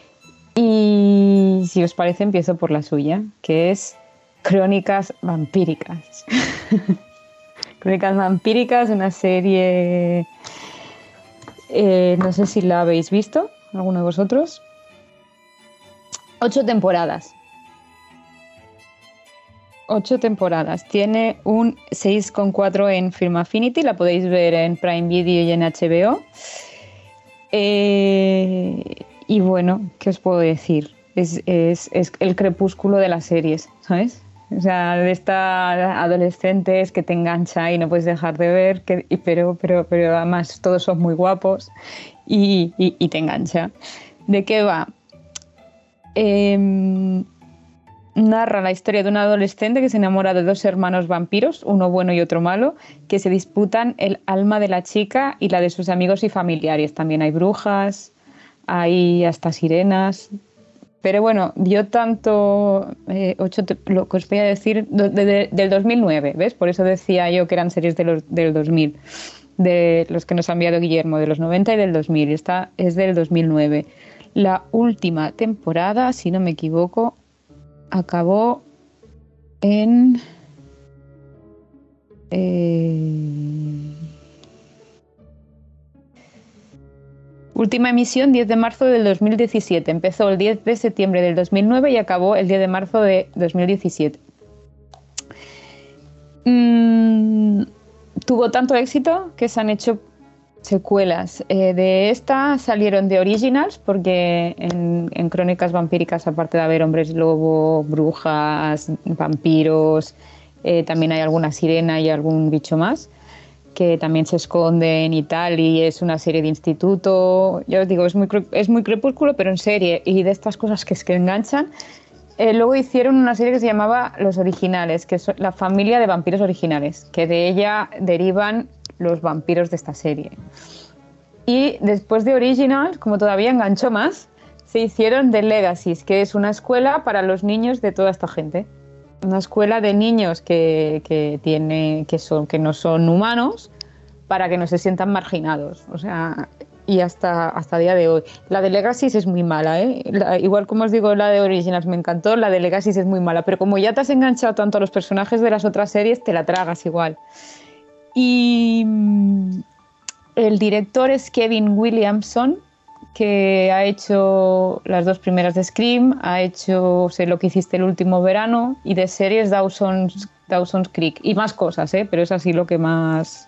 Y si os parece, empiezo por la suya, que es Crónicas Vampíricas. Crónicas Vampíricas, una serie, eh, no sé si la habéis visto, alguno de vosotros. Ocho temporadas. Ocho temporadas. Tiene un seis coma cuatro en Film Affinity. La podéis ver en Prime Video y en H B O. Eh, y bueno, ¿qué os puedo decir? Es, es, es el crepúsculo de las series, ¿sabes? O sea, de estas adolescentes que te engancha y no puedes dejar de ver, que, y, pero, pero, pero además todos son muy guapos y, y, y te engancha. ¿De qué va? Eh, narra la historia de un adolescente que se enamora de dos hermanos vampiros, uno bueno y otro malo, que se disputan el alma de la chica y la de sus amigos y familiares. También hay brujas, hay hasta sirenas. Pero bueno, dio tanto, eh, ocho te, lo que os voy a decir, de, de, del dos mil nueve, ¿ves? Por eso decía yo que eran series de los, del dos mil, de los que nos ha enviado Guillermo, de los noventa y del dos mil. Esta es del dos mil nueve. La última temporada, si no me equivoco, acabó en... Eh, última emisión diez de marzo del dos mil diecisiete. Empezó el diez de septiembre del dos mil nueve y acabó el diez de marzo de dos mil diecisiete. Mm, tuvo tanto éxito que se han hecho secuelas. Eh, de esta salieron The Originals, porque en, en Crónicas Vampíricas, aparte de haber hombres lobo, brujas, vampiros, eh, también hay alguna sirena y algún bicho más que también se esconden y tal, y es una serie de instituto. Yo os digo, es muy, es muy crepúsculo, pero en serie, y de estas cosas que es que enganchan. Eh, luego hicieron una serie que se llamaba Los Originales, que es la familia de vampiros originales, que de ella derivan los vampiros de esta serie. Y después de Originals, como todavía enganchó más, se hicieron The Legacies, que es una escuela para los niños de toda esta gente. Una escuela de niños que, que, tiene, que, son, que no son humanos, para que no se sientan marginados. O sea, y hasta, hasta día de hoy. La de Legacies es muy mala, ¿eh? La, igual como os digo, la de Originals me encantó, la de Legacies es muy mala, pero como ya te has enganchado tanto a los personajes de las otras series, te la tragas igual. Y el director es Kevin Williamson, que ha hecho las dos primeras de Scream, ha hecho Sé lo que hiciste el último verano y de series Dawson's, Dawson's Creek y más cosas, ¿eh? Pero es así lo que más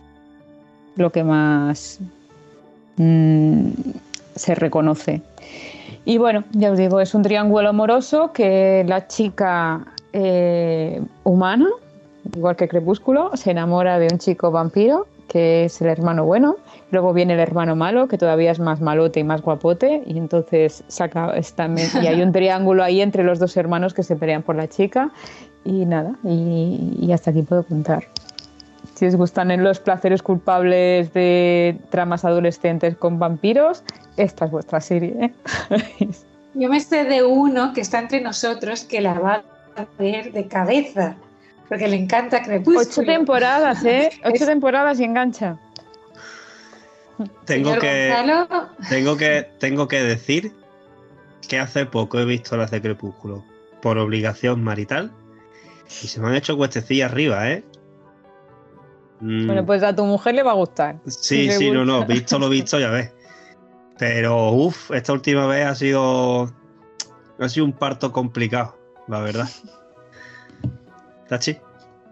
lo que más mmm, se reconoce. Y bueno, ya os digo, es un triángulo amoroso que la chica eh, humana, igual que Crepúsculo, se enamora de un chico vampiro que es el hermano bueno. Luego viene el hermano malo, que todavía es más malote y más guapote, y entonces saca esta y hay un triángulo ahí entre los dos hermanos que se pelean por la chica, y nada, y, y hasta aquí puedo contar. Si os gustan los placeres culpables de tramas adolescentes con vampiros, esta es vuestra serie, ¿eh? Yo me sé de uno que está entre nosotros que la va a ver de cabeza, porque le encanta Crepúsculo. Ocho temporadas, ¿eh? Ocho es... temporadas y engancha. Tengo que, tengo que tengo que decir que hace poco he visto las de Crepúsculo por obligación marital y se me han hecho cuestecillas arriba, ¿eh? Mm. Bueno, pues a tu mujer le va a gustar. Sí, sí, no, no, visto lo visto, ya ves. Pero, uff, esta última vez ha sido ha sido un parto complicado, la verdad. ¿Tachi?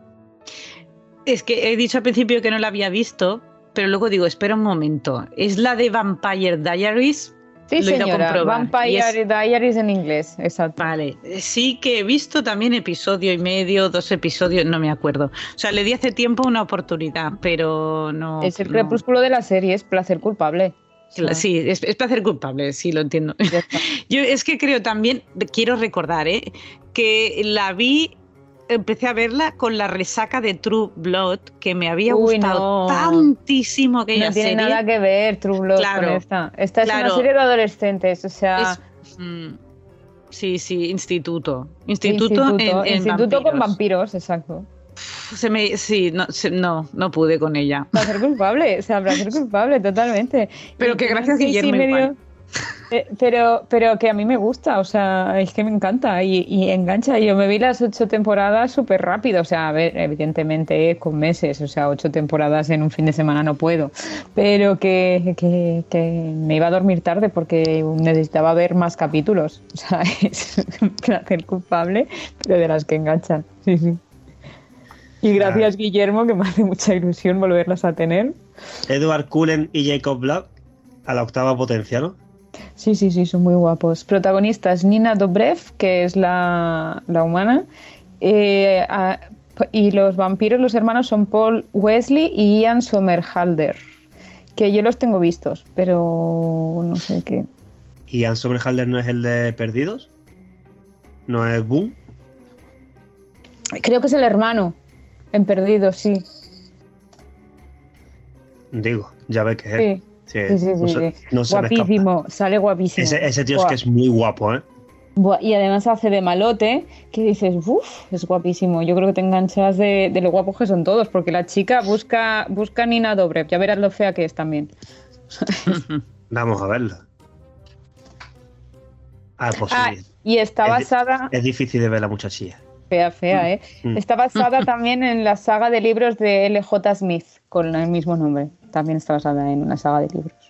Es que he dicho al principio que no la había visto, pero luego digo, espera un momento, ¿es la de Vampire Diaries? Sí, lo señora, Vampire es... Diaries en inglés, exacto. Vale, sí que he visto también episodio y medio, dos episodios, no me acuerdo. O sea, le di hace tiempo una oportunidad, pero no... Es el crepúsculo no. de la serie, es placer culpable. O sea, sí, es, es placer culpable, sí, lo entiendo. Yo es que creo también, quiero recordar, ¿eh? que la vi... Empecé a verla con la resaca de True Blood, que me había Uy, gustado no. tantísimo aquella no tiene serie. nada que ver True Blood claro, con esta. Esta es claro. una serie de adolescentes, o sea... Es, mm, sí, sí, instituto. Instituto, instituto, en, en instituto vampiros. con vampiros, exacto. Se me, sí, no, se, no, no pude con ella. Placer culpable, o sea, placer culpable, totalmente. Pero que gracias, Guillermo. Medio... Eh, pero, pero que a mí me gusta, o sea, es que me encanta y, y engancha. Yo me vi las ocho temporadas súper rápido, o sea, a ver, evidentemente con meses, o sea, ocho temporadas en un fin de semana no puedo, pero que, que, que me iba a dormir tarde porque necesitaba ver más capítulos, o sea, es un placer culpable, pero de las que enganchan, sí, sí. Y gracias, ah. Guillermo, que me hace mucha ilusión volverlas a tener. Edward Cullen y Jacob Black a la octava potencia, ¿no? Sí, sí, sí, son muy guapos. Protagonistas Nina Dobrev, que es la, la humana, Eh, a- y los vampiros, los hermanos son Paul Wesley y Ian Somerhalder, que yo los tengo vistos, pero no sé qué. ¿Y Ian Somerhalder no es el de Perdidos? ¿No es Boom? Creo que es el hermano en Perdidos, sí. Digo, ya ve que es Sí, él. Sí, sí, sí, no sí, se, sí. no se me escapa. Guapísimo, sale guapísimo. Ese, ese tío es Buah. que es muy guapo, ¿eh? Buah, y además hace de malote, que dices, uff, es guapísimo. Yo creo que te enganchas de, de lo guapos que son todos, porque la chica busca, busca a Nina Dobrev, ya verás lo fea que es también. Vamos a verlo. Ah, pues Ah, sí. y está Es di- basada, Es difícil de ver la muchachilla. fea, fea, ¿eh? Mm. Está basada también en la saga de libros de L J Smith, con el mismo nombre. También está basada en una saga de libros.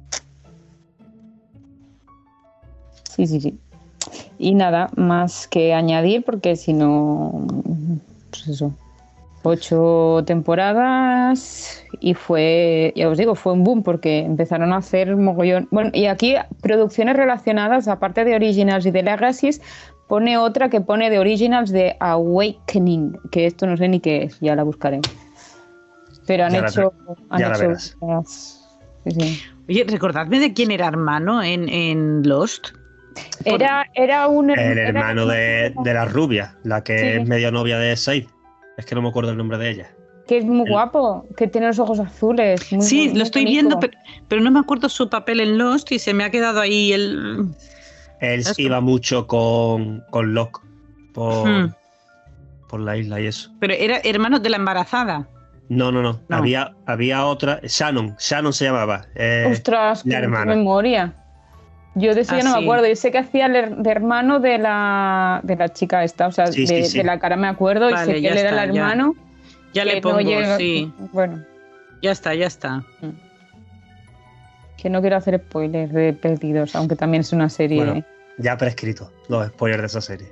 Sí, sí, sí. Y nada más que añadir, porque si no, pues eso, ocho temporadas y fue, ya os digo, fue un boom porque empezaron a hacer mogollón. Bueno, y aquí producciones relacionadas, aparte de Originals y de Legacies, pone otra que pone de Originals de Awakening, que esto no sé ni qué es, ya la buscaré. Pero han Ya la hecho... ve- han ya la hecho verás. varias- sí, sí. Oye, recordadme de quién era hermano en, en Lost. Era, era un her- El era hermano de, de la rubia, la que Sí. es medio novia de Said. Es que no me acuerdo el nombre de ella. que es muy El- guapo, que tiene los ojos azules. Muy, Sí, muy lo estoy bonito. viendo, pero, pero no me acuerdo su papel en Lost y se me ha quedado ahí el... Él Esto. iba mucho con, con Locke por, Hmm. por la isla y eso. Pero era hermano de la embarazada. No, no, no. No. Había, había otra. Shannon. Shannon se llamaba. eh, Ostras, la qué hermana. memoria. Yo de eso Ah, ya no sí. me acuerdo. Yo sé que hacía el her- de hermano de la, de la chica esta, o sea, Sí, de, sí, sí. de la cara me acuerdo, y Vale, sé que ya él era está, el ya. hermano. Ya que le no pongo, llega- sí. Bueno, Ya está, ya está. que no quiero hacer spoilers de Perdidos, aunque también es una serie. Bueno, ya prescrito los spoilers de esa serie.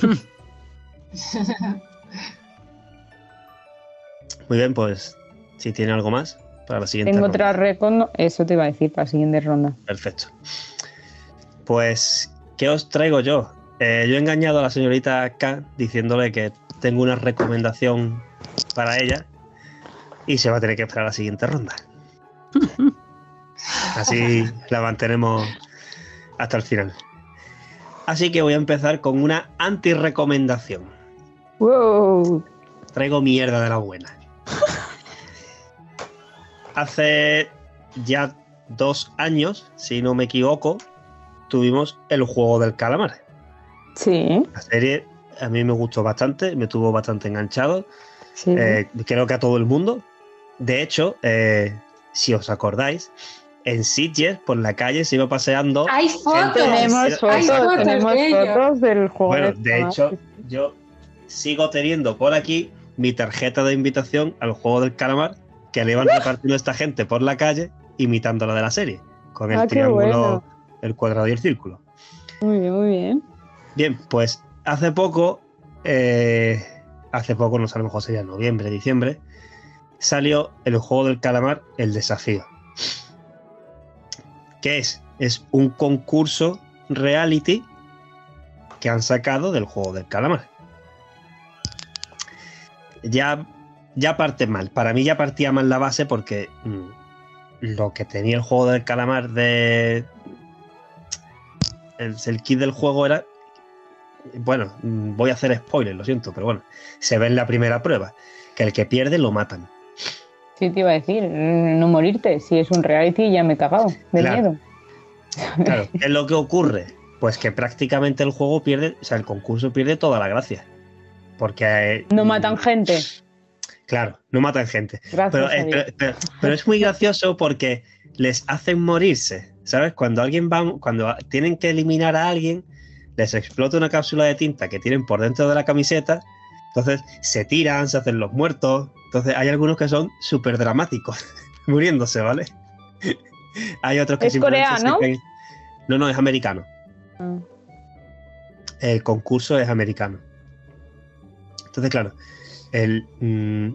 Muy bien, pues si tiene algo más para la siguiente Tengo ronda. otra recondo, eso te iba a decir para la siguiente ronda. Perfecto. Pues, ¿qué os traigo yo? Eh, yo he engañado a la señorita K diciéndole que tengo una recomendación para ella y se va a tener que esperar a la siguiente ronda. Así la mantenemos hasta el final. Así que voy a empezar con una anti-recomendación. ¡Wow! Traigo mierda de la buena. Hace ya dos años, si no me equivoco, tuvimos el juego del calamar. Sí, La serie a mí me gustó bastante, me tuvo bastante enganchado. sí. Eh, creo que a todo el mundo. De hecho, eh, si os acordáis, en Sitges, por la calle, se iba paseando. Hay fotos. tenemos Hay fotos, fotos tenemos de ello. fotos del juego. Bueno, del de calamar. hecho, yo sigo teniendo por aquí mi tarjeta de invitación al juego del calamar, que le iban repartiendo a esta gente por la calle, imitando la de la serie, con el Ah, qué triángulo, bueno. el cuadrado y el círculo. Muy bien, muy bien. Bien, pues hace poco, eh, hace poco, no sé, a lo mejor sería noviembre, diciembre, salió el juego del calamar, el desafío. ¿Qué es? Es un concurso reality que han sacado del juego del calamar. Ya, ya parte mal. Para mí ya partía mal la base porque mm, lo que tenía el juego del calamar de... El, el kit del juego era... Bueno, mm, voy a hacer spoilers, lo siento, pero bueno, se ve en la primera prueba que el que pierde lo matan. Sí, te iba a decir, no morirte. Si es un reality, ya me he cagado de Claro. miedo. Claro, ¿qué es lo que ocurre? Pues que prácticamente el juego pierde, o sea, el concurso pierde toda la gracia. Porque... eh, No matan gente. Claro, no matan gente. Gracias Pero, a eh, Dios. pero, pero- pero es muy gracioso porque les hacen morirse, ¿sabes? Cuando alguien va, cuando tienen que eliminar a alguien, les explota una cápsula de tinta que tienen por dentro de la camiseta, entonces se tiran, se hacen los muertos. Entonces hay algunos que son súper dramáticos, muriéndose, ¿vale? Hay otros que ¿Es simplemente coreano? se caen- No, no, es americano. Ah. El concurso es americano. Entonces, claro, él mm,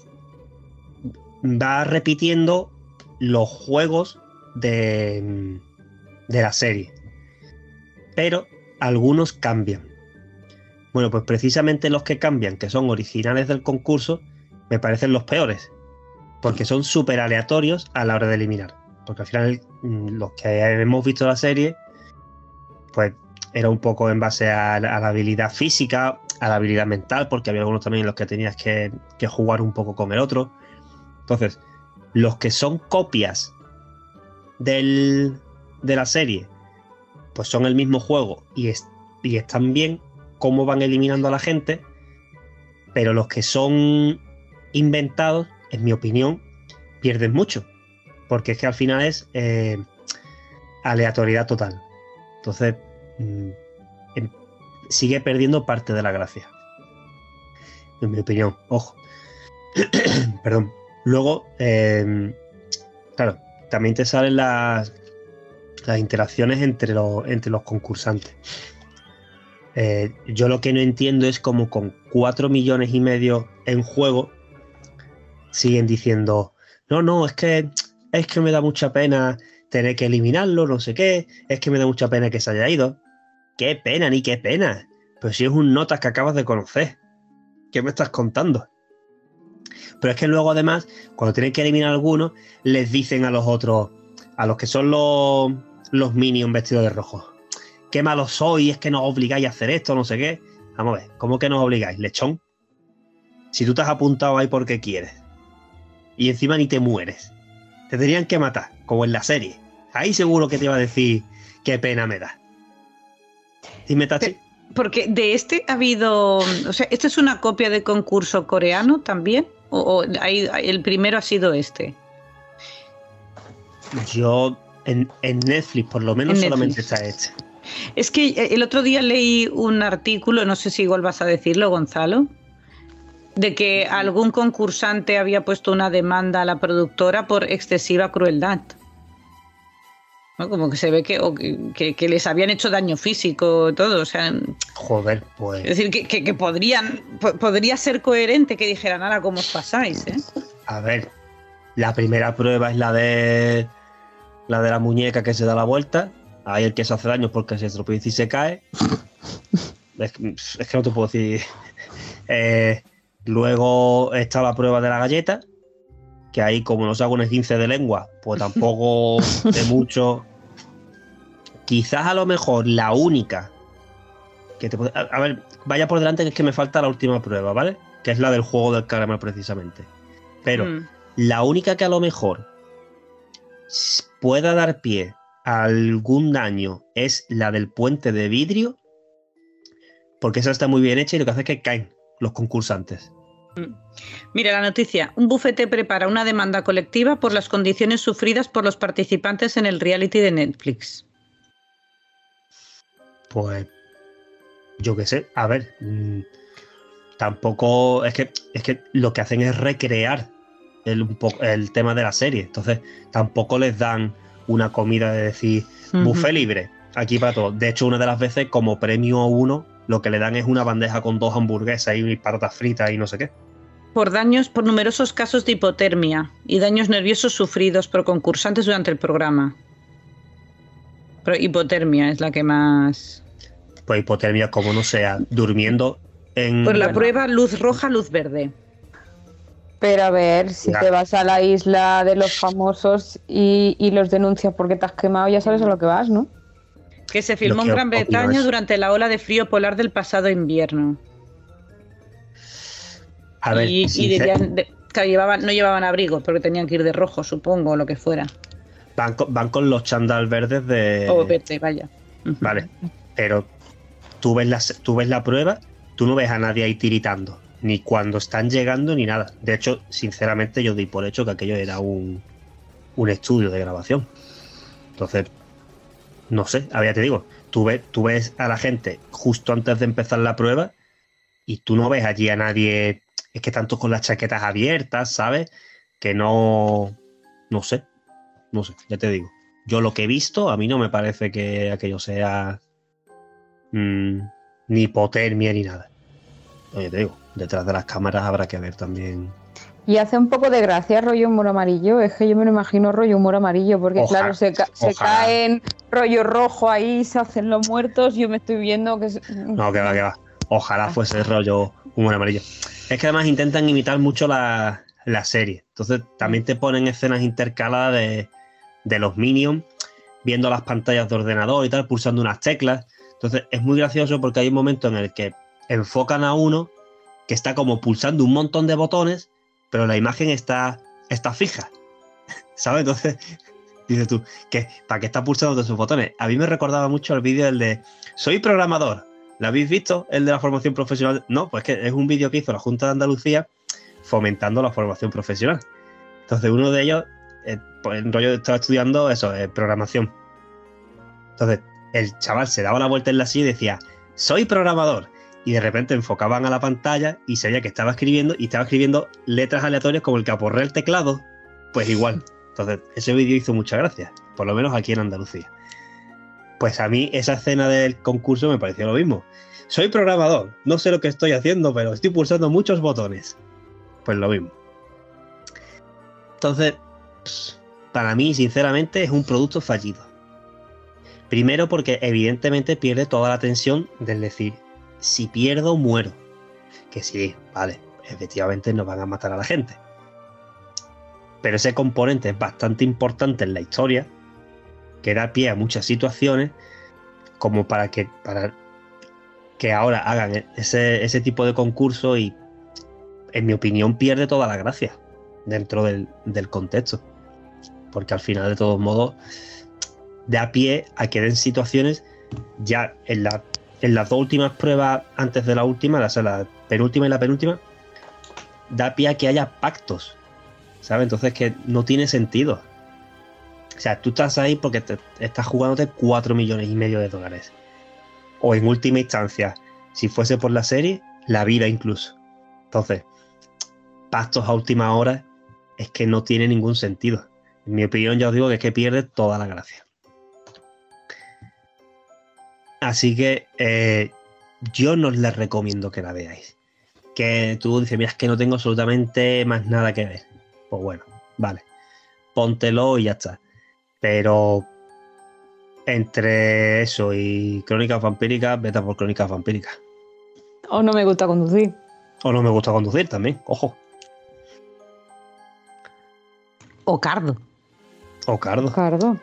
va repitiendo los juegos de, mm, de la serie, pero algunos cambian. Bueno, pues precisamente los que cambian, que son originales del concurso, me parecen los peores. Porque son súper aleatorios a la hora de eliminar. Porque al final, los que hemos visto la serie, pues era un poco en base a, a la habilidad física, a la habilidad mental, porque había algunos también en los que tenías que, que jugar un poco con el otro. Entonces, los que son copias del, de la serie, pues son el mismo juego y, es, y están bien cómo van eliminando a la gente, pero los que son inventados, en mi opinión, pierden mucho, porque es que al final es eh, aleatoriedad total. Entonces, mmm, em, sigue perdiendo parte de la gracia, en mi opinión. Ojo. Perdón. Luego, eh, claro, también te salen las, las interacciones entre los, entre los concursantes. Eh, yo lo que no entiendo es cómo con cuatro millones y medio en juego siguen diciendo, no, no, es que, es que me da mucha pena tener que eliminarlo, no sé qué, es que me da mucha pena que se haya ido. Qué pena, ni qué pena. Pero si es un notas que acabas de conocer. ¿Qué me estás contando? Pero es que luego además, cuando tienen que eliminar a algunos, les dicen a los otros, a los que son los, los minions vestidos de rojo, qué malos sois, es que nos obligáis a hacer esto, no sé qué. Vamos a ver, ¿cómo que nos obligáis, lechón? Si tú te has apuntado ahí porque quieres y encima ni te mueres, te tendrían que matar, como en la serie. Ahí seguro que te iba a decir qué pena me da. Dime, Tachi. Porque de este ha habido, o sea, ¿esto es una copia de concurso coreano también? ¿O, o hay, el primero ha sido este? Yo, en, en Netflix por lo menos solamente está este. Es que el otro día leí un artículo, no sé si igual vas a decirlo, Gonzalo, de que algún concursante había puesto una demanda a la productora por excesiva crueldad. ¿No? Como que se ve que, o que, que, que les habían hecho daño físico, todo, o sea... Joder, pues... Es decir, que, que, que podrían, po- podría ser coherente que dijeran, ahora, ¿cómo os pasáis? ¿eh? A ver, la primera prueba es la de la de la muñeca que se da la vuelta. Ahí el que se hace daño porque se tropieza y se cae. Es que, es que no te puedo decir... Eh, luego está la prueba de la galleta, que ahí como no se haga un esguince de lengua, pues tampoco de mucho. Quizás a lo mejor la única que te puede... A, a ver, vaya por delante que es que me falta la última prueba, ¿vale? Que es la del juego del caramelo precisamente. Pero mm. la única que a lo mejor pueda dar pie a algún daño es la del puente de vidrio, porque esa está muy bien hecha y lo que hace es que caen los concursantes. Mira la noticia. Un bufete prepara una demanda colectiva por las condiciones sufridas por los participantes en el reality de Netflix. Pues yo qué sé, a ver, mmm, tampoco es que es que lo que hacen es recrear el, un poco, el tema de la serie. Entonces tampoco les dan una comida de decir uh-huh. buffet libre aquí para todos. De hecho, una de las veces como premio uno lo que le dan es una bandeja con dos hamburguesas y patatas fritas y no sé qué. Por daños, por numerosos casos de hipotermia y daños nerviosos sufridos por concursantes durante el programa. Pero hipotermia es la que más... Pues hipotermia como no sea, durmiendo en... Por la bueno. prueba luz roja, luz verde. Pero a ver, si ya. te vas a la isla de los famosos y, y los denuncias porque te has quemado, ya sabes a lo que vas, ¿no? Que se filmó en Gran Bretaña durante la ola de frío polar del pasado invierno. A ver, y, y dirían, de, que llevaban, no llevaban abrigo, porque tenían que ir de rojo, supongo, o lo que fuera. Van con, van con los chándal verdes de... O verde, vaya. Vale, pero tú ves, la, tú ves la prueba, tú no ves a nadie ahí tiritando, ni cuando están llegando, ni nada. De hecho, sinceramente, yo di por hecho que aquello era un, un estudio de grabación. Entonces... No sé, a ver, ya te digo, tú ves, tú ves a la gente justo antes de empezar la prueba y tú no ves allí a nadie, es que tanto con las chaquetas abiertas, ¿sabes? Que no, no sé, no sé, ya te digo. Yo lo que he visto, a mí no me parece que aquello sea mmm, ni hipotermia ni nada. Oye, te digo, detrás de las cámaras habrá que ver también... Y hace un poco de gracia rollo humor amarillo, es que yo me lo imagino rollo humor amarillo, porque ojalá, claro, se, ca- se caen rollo rojo ahí, se hacen los muertos, yo me estoy viendo que... Es... No, que va, que va. Ojalá fuese el rollo humor amarillo. Es que además intentan imitar mucho la, la serie. Entonces también te ponen escenas intercaladas de, de los Minions, viendo las pantallas de ordenador y tal, pulsando unas teclas. Entonces es muy gracioso porque hay un momento en el que enfocan a uno que está como pulsando un montón de botones, pero la imagen está, está fija, ¿sabes? Entonces dices tú, ¿qué? ¿Para qué está pulsando todos esos botones? A mí me recordaba mucho el vídeo el de soy programador. ¿Lo habéis visto? El de la formación profesional. No, pues que es un vídeo que hizo la Junta de Andalucía fomentando la formación profesional. Entonces uno de ellos, eh, pues el rollo estaba estudiando eso, eh, programación. Entonces el chaval se daba la vuelta en la silla y decía, soy programador. Y de repente enfocaban a la pantalla y se veía que estaba escribiendo y estaba escribiendo letras aleatorias como el que aporrea el teclado. Pues igual. Entonces ese vídeo hizo mucha gracia, por lo menos aquí en Andalucía. Pues a mí esa escena del concurso me pareció lo mismo. Soy programador, no sé lo que estoy haciendo, pero estoy pulsando muchos botones. Pues lo mismo. Entonces, para mí, sinceramente, es un producto fallido. Primero porque evidentemente pierde toda la tensión del decir, si pierdo, muero. Que sí, vale, efectivamente nos van a matar a la gente. Pero ese componente es bastante importante en la historia, que da pie a muchas situaciones, como para que, para que ahora hagan ese, ese tipo de concurso y, en mi opinión, pierde toda la gracia dentro del, del contexto. Porque al final, de todos modos, da pie a que den situaciones ya en, la, en las dos últimas pruebas antes de la última, o sea, la penúltima y la penúltima, da pie a que haya pactos, ¿sabes? Entonces que no tiene sentido. O sea, tú estás ahí porque te, estás jugándote cuatro millones y medio de dólares. O en última instancia, si fuese por la serie, la vida incluso. Entonces, pactos a última hora es que no tiene ningún sentido. En mi opinión, ya os digo que es que pierde toda la gracia. Así que eh, yo no les recomiendo que la veáis. Que tú dices, mira, es que no tengo absolutamente más nada que ver. Pues bueno, vale. Póntelo y ya está. Pero entre eso y Crónicas Vampíricas, vete por Crónicas Vampíricas. O no me gusta conducir. O no me gusta conducir también, ojo. O Cardo. O Cardo. Cardo.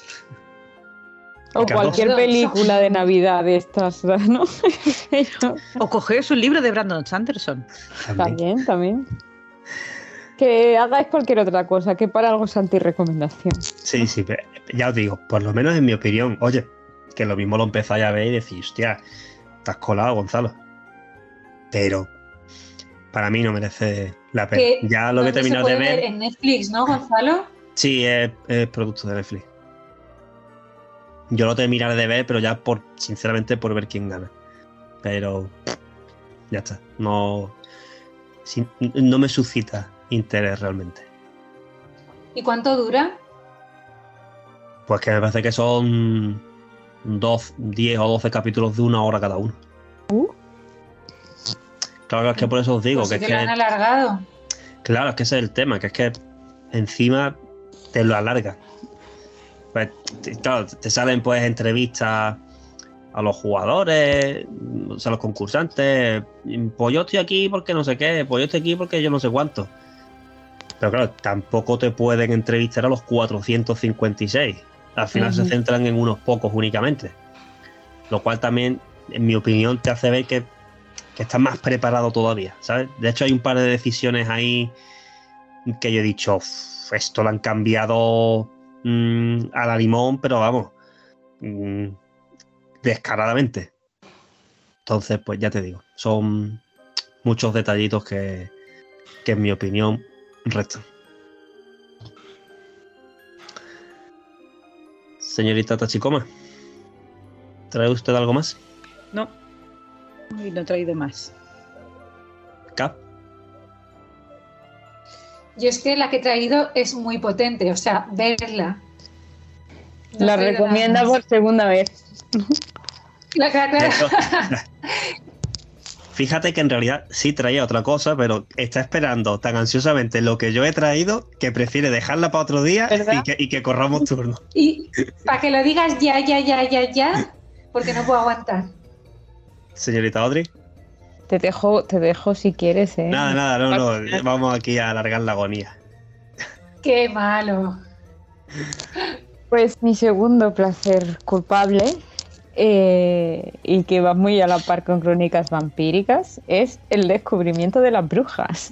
O Cardo. cualquier película de Navidad de estas, ¿no? O cogeos un libro de Brandon Sanderson. También, también. Que hagáis cualquier otra cosa, que para algo es anti-recomendación. Sí, sí, pero ya os digo, por lo menos en mi opinión, oye, que lo mismo lo empezáis a ver y decís, hostia, te has colado, Gonzalo. Pero para mí no merece la pena. Que Ya lo que he terminado de ver. En Netflix, ¿no, Gonzalo? Sí, es, es producto de Netflix. Yo lo terminaré de ver, pero ya por, sinceramente, por ver quién gana. Pero ya está. No, sin, no me suscita interés realmente. ¿Y cuánto dura? Pues que me parece que son dos, diez o doce capítulos de una hora cada uno. Uh. Claro, es que por eso os digo Pues que sí es que lo que. han alargado. Claro, es que ese es el tema, que es que encima te lo alarga. Pues, te- claro, te salen pues entrevistas a los jugadores, o sea, a los concursantes. Pues yo estoy aquí porque no sé qué, pues yo estoy aquí porque yo no sé cuánto. Pero claro, tampoco te pueden entrevistar a los cuatrocientos cincuenta y seis. Al final Ujú. se centran en unos pocos únicamente. Lo cual también, en mi opinión, te hace ver que, que estás más preparado todavía, ¿sabes? De hecho, hay un par de decisiones ahí que yo he dicho, "Uf, esto lo han cambiado mm, a la limón, pero vamos, mm, descaradamente". Entonces, pues ya te digo, son muchos detallitos que, que en mi opinión restan. Señorita Tachikoma, ¿trae usted algo más? No. Y no he traído más. Cap. Yo es que la que he traído es muy potente, o sea, verla. No he La traído recomienda nada más. por segunda vez. Claro, claro, De claro. hecho, fíjate que en realidad sí traía otra cosa, pero está esperando tan ansiosamente lo que yo he traído que prefiere dejarla para otro día ¿Verdad? y que, y que corramos turno. Y para que lo digas ya, ya, ya, ya, ya, porque no puedo aguantar. Señorita Audrey. Te dejo, te dejo si quieres, ¿eh? Nada, nada, no, no. Vamos aquí a alargar la agonía. ¡Qué malo! Pues mi segundo placer culpable, eh, y que va muy a la par con Crónicas Vampíricas, es el descubrimiento de las brujas.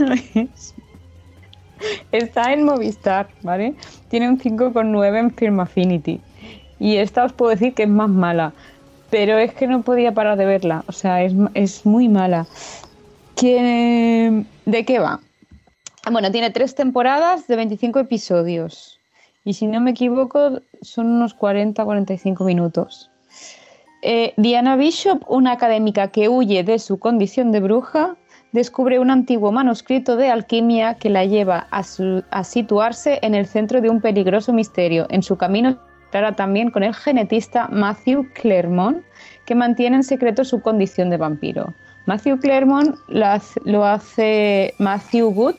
Está en Movistar, ¿vale? Tiene un cinco coma nueve en Film Affinity. Y esta os puedo decir que es más mala. Pero es que no podía parar de verla. O sea, es, es muy mala. ¿Qué, ¿De qué va? Bueno, tiene tres temporadas de veinticinco episodios. Y si no me equivoco, son unos cuarenta a cuarenta y cinco minutos. Eh, Diana Bishop, una académica que huye de su condición de bruja, descubre un antiguo manuscrito de alquimia que la lleva a, su, a situarse en el centro de un peligroso misterio. En su camino estará también con el genetista Matthew Claremont, que mantiene en secreto su condición de vampiro. Matthew Claremont lo hace, lo hace Matthew Good,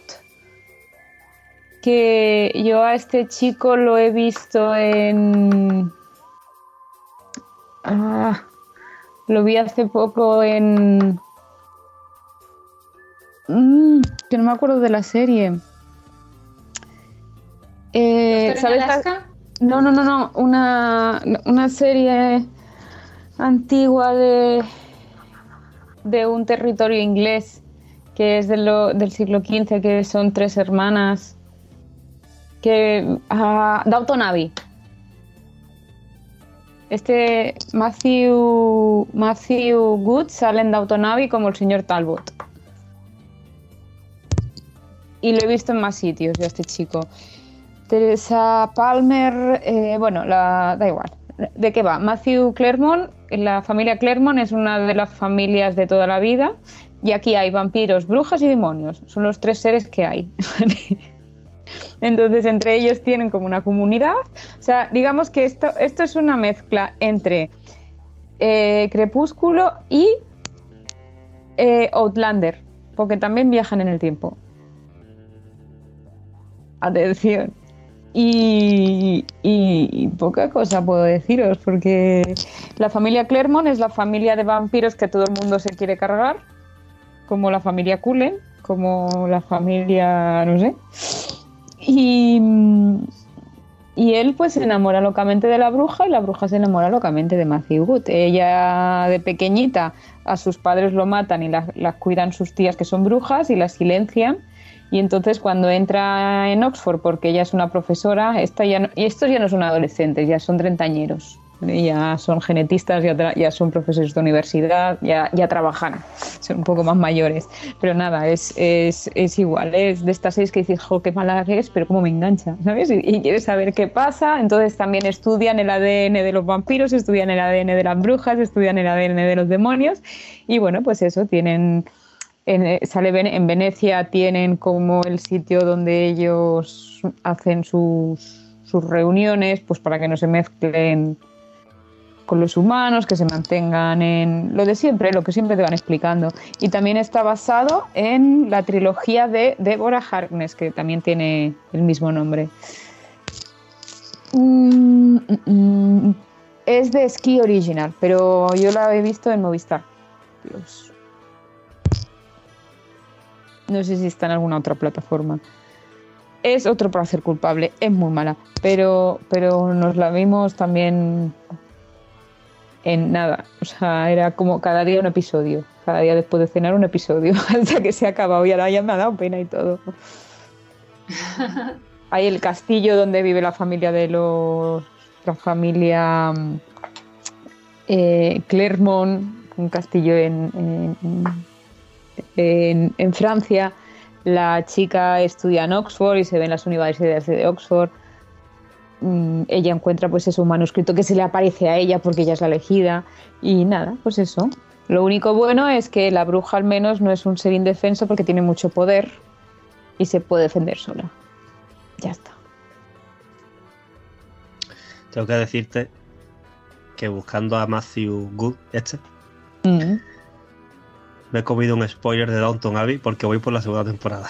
que yo a este chico lo he visto en... Ah, lo vi hace poco en... Mm, que no me acuerdo de la serie. Eh, ¿Sabes? Alaska? No, no, no, no. Una, una serie antigua de, de un territorio inglés que es de lo, del siglo quince, que son tres hermanas. Que uh, Downton Abbey. Este Matthew, Matthew Good sale en Downton Abbey como el señor Talbot. Y lo he visto en más sitios yo, este chico. Teresa Palmer, eh, bueno, la, da igual. ¿De qué va? Matthew Claremont, la familia Claremont es una de las familias de toda la vida. Y aquí hay vampiros, brujas y demonios. Son los tres seres que hay. Entonces, entre ellos tienen como una comunidad. O sea, digamos que esto, esto es una mezcla entre eh, Crepúsculo y eh, Outlander, porque también viajan en el tiempo. Atención. Y, y, y poca cosa puedo deciros, porque la familia Claremont es la familia de vampiros que todo el mundo se quiere cargar, como la familia Cullen, como la familia, no sé. Y, y él pues se enamora locamente de la bruja y la bruja se enamora locamente de Matthew Good. Ella de pequeñita a sus padres lo matan y las, las cuidan sus tías que son brujas y las silencian. Y entonces cuando entra en Oxford, porque ella es una profesora, esta ya no, y estos ya no son adolescentes, ya son treintañeros. Ya son genetistas, ya, tra- ya son profesores de universidad, ya, ya trabajan, son un poco más mayores. Pero nada, es, es, es igual, es de estas series que dices, jo, qué mala es, pero cómo me engancha, ¿sabes? Y, y quieres saber qué pasa, entonces también estudian el A D N de los vampiros, estudian el A D N de las brujas, estudian el A D N de los demonios, y bueno, pues eso, tienen... En, sale en Venecia, tienen como el sitio donde ellos hacen sus, sus reuniones, pues para que no se mezclen con los humanos, que se mantengan en lo de siempre, lo que siempre te van explicando. Y también está basado en la trilogía de Deborah Harkness, que también tiene el mismo nombre. Mm, mm, mm. Es de Ski Original, pero yo la he visto en Movistar. Dios. No sé si está en alguna otra plataforma. Es otro placer culpable, es muy mala, pero, pero nos la vimos también en nada. O sea, era como cada día un episodio, cada día después de cenar un episodio, hasta que se ha acabado y ahora ya me ha dado pena y todo. Hay el castillo donde vive la familia de los... la familia eh, Claremont, un castillo en... en En, en Francia. La chica estudia en Oxford y se ve en las universidades de Oxford. Mm, ella encuentra pues eso, un manuscrito que se le aparece a ella porque ella es la elegida y nada, pues eso. Lo único bueno es que la bruja al menos no es un ser indefenso porque tiene mucho poder y se puede defender sola. Ya está. Tengo que decirte que buscando a Matthew Good, este Mm. me he comido un spoiler de Downton Abbey porque voy por la segunda temporada.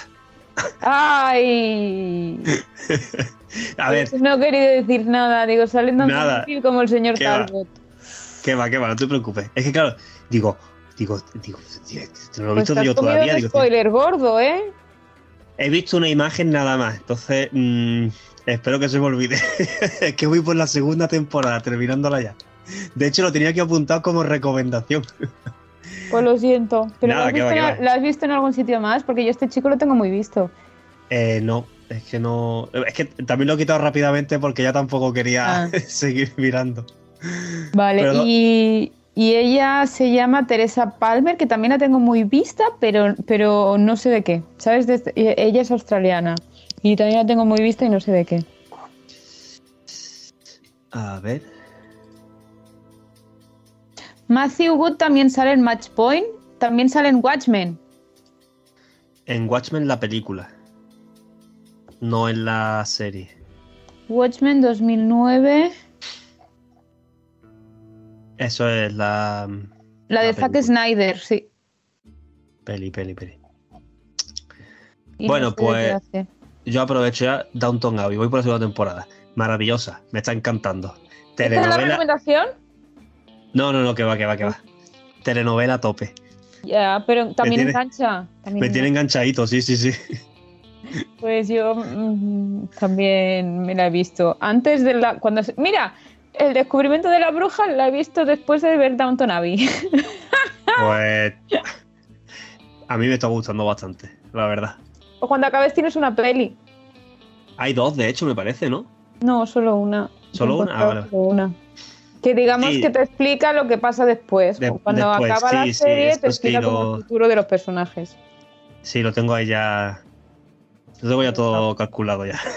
¡Ay! A ver. No he querido decir nada. Digo, salen tan Nada. difícil como el señor ¿Qué va? Talbot. Que va, que va, no te preocupes. Es que claro, digo, digo, digo, tío, no lo he Pues visto te has yo comido todavía. un Digo, tío, spoiler gordo, ¿eh? he visto una imagen nada más, entonces mmm, espero que se me olvide. Es que voy por la segunda temporada, terminándola ya. De hecho, lo tenía que apuntar como recomendación. Pues lo siento. ¿Pero Nada, lo, has que va, visto que en, va. ¿lo has visto en algún sitio más? Porque yo este chico lo tengo muy visto. Eh, no, es que no. Es que también lo he quitado rápidamente porque ya tampoco quería Ah. seguir mirando. Vale, Pero- y, y ella se llama Teresa Palmer, que también la tengo muy vista, pero, pero no sé de qué. ¿Sabes? Desde- ella es australiana y también la tengo muy vista y no sé de qué. A ver. Matthew Wood también sale en Match Point, también sale en Watchmen. En Watchmen la película. No en la serie. Watchmen dos mil nueve, Eso es la. la de La Zack película. Snyder, sí. Peli, peli, peli. Y Bueno, no sé de qué pues- hace. Yo aprovecho ya Downton Abbey. Voy por la segunda temporada. Maravillosa. Me está encantando. ¿Esta es la Telenovela. recomendación? No, no, no, que va, que va, que va. Telenovela a tope. Ya, pero también tiene- engancha. También Me tiene engancha. enganchadito, sí, sí, sí. Pues yo mm, también me la he visto. Antes de la. Cuando se- Mira, el descubrimiento de la bruja la he visto después de ver Downton Abbey. Pues. A mí me está gustando bastante, la verdad. O cuando acabes tienes una peli. Hay dos, de hecho, me parece, ¿no? No, solo una. ¿Solo He una? Ah, encontrado vale. solo una. Que digamos Sí. que te explica lo que pasa después. De- Cuando después, acaba sí, la sí, serie esto te sí explica lo- como el futuro de los personajes. Sí, lo tengo ahí ya. Lo tengo ya todo calculado ya.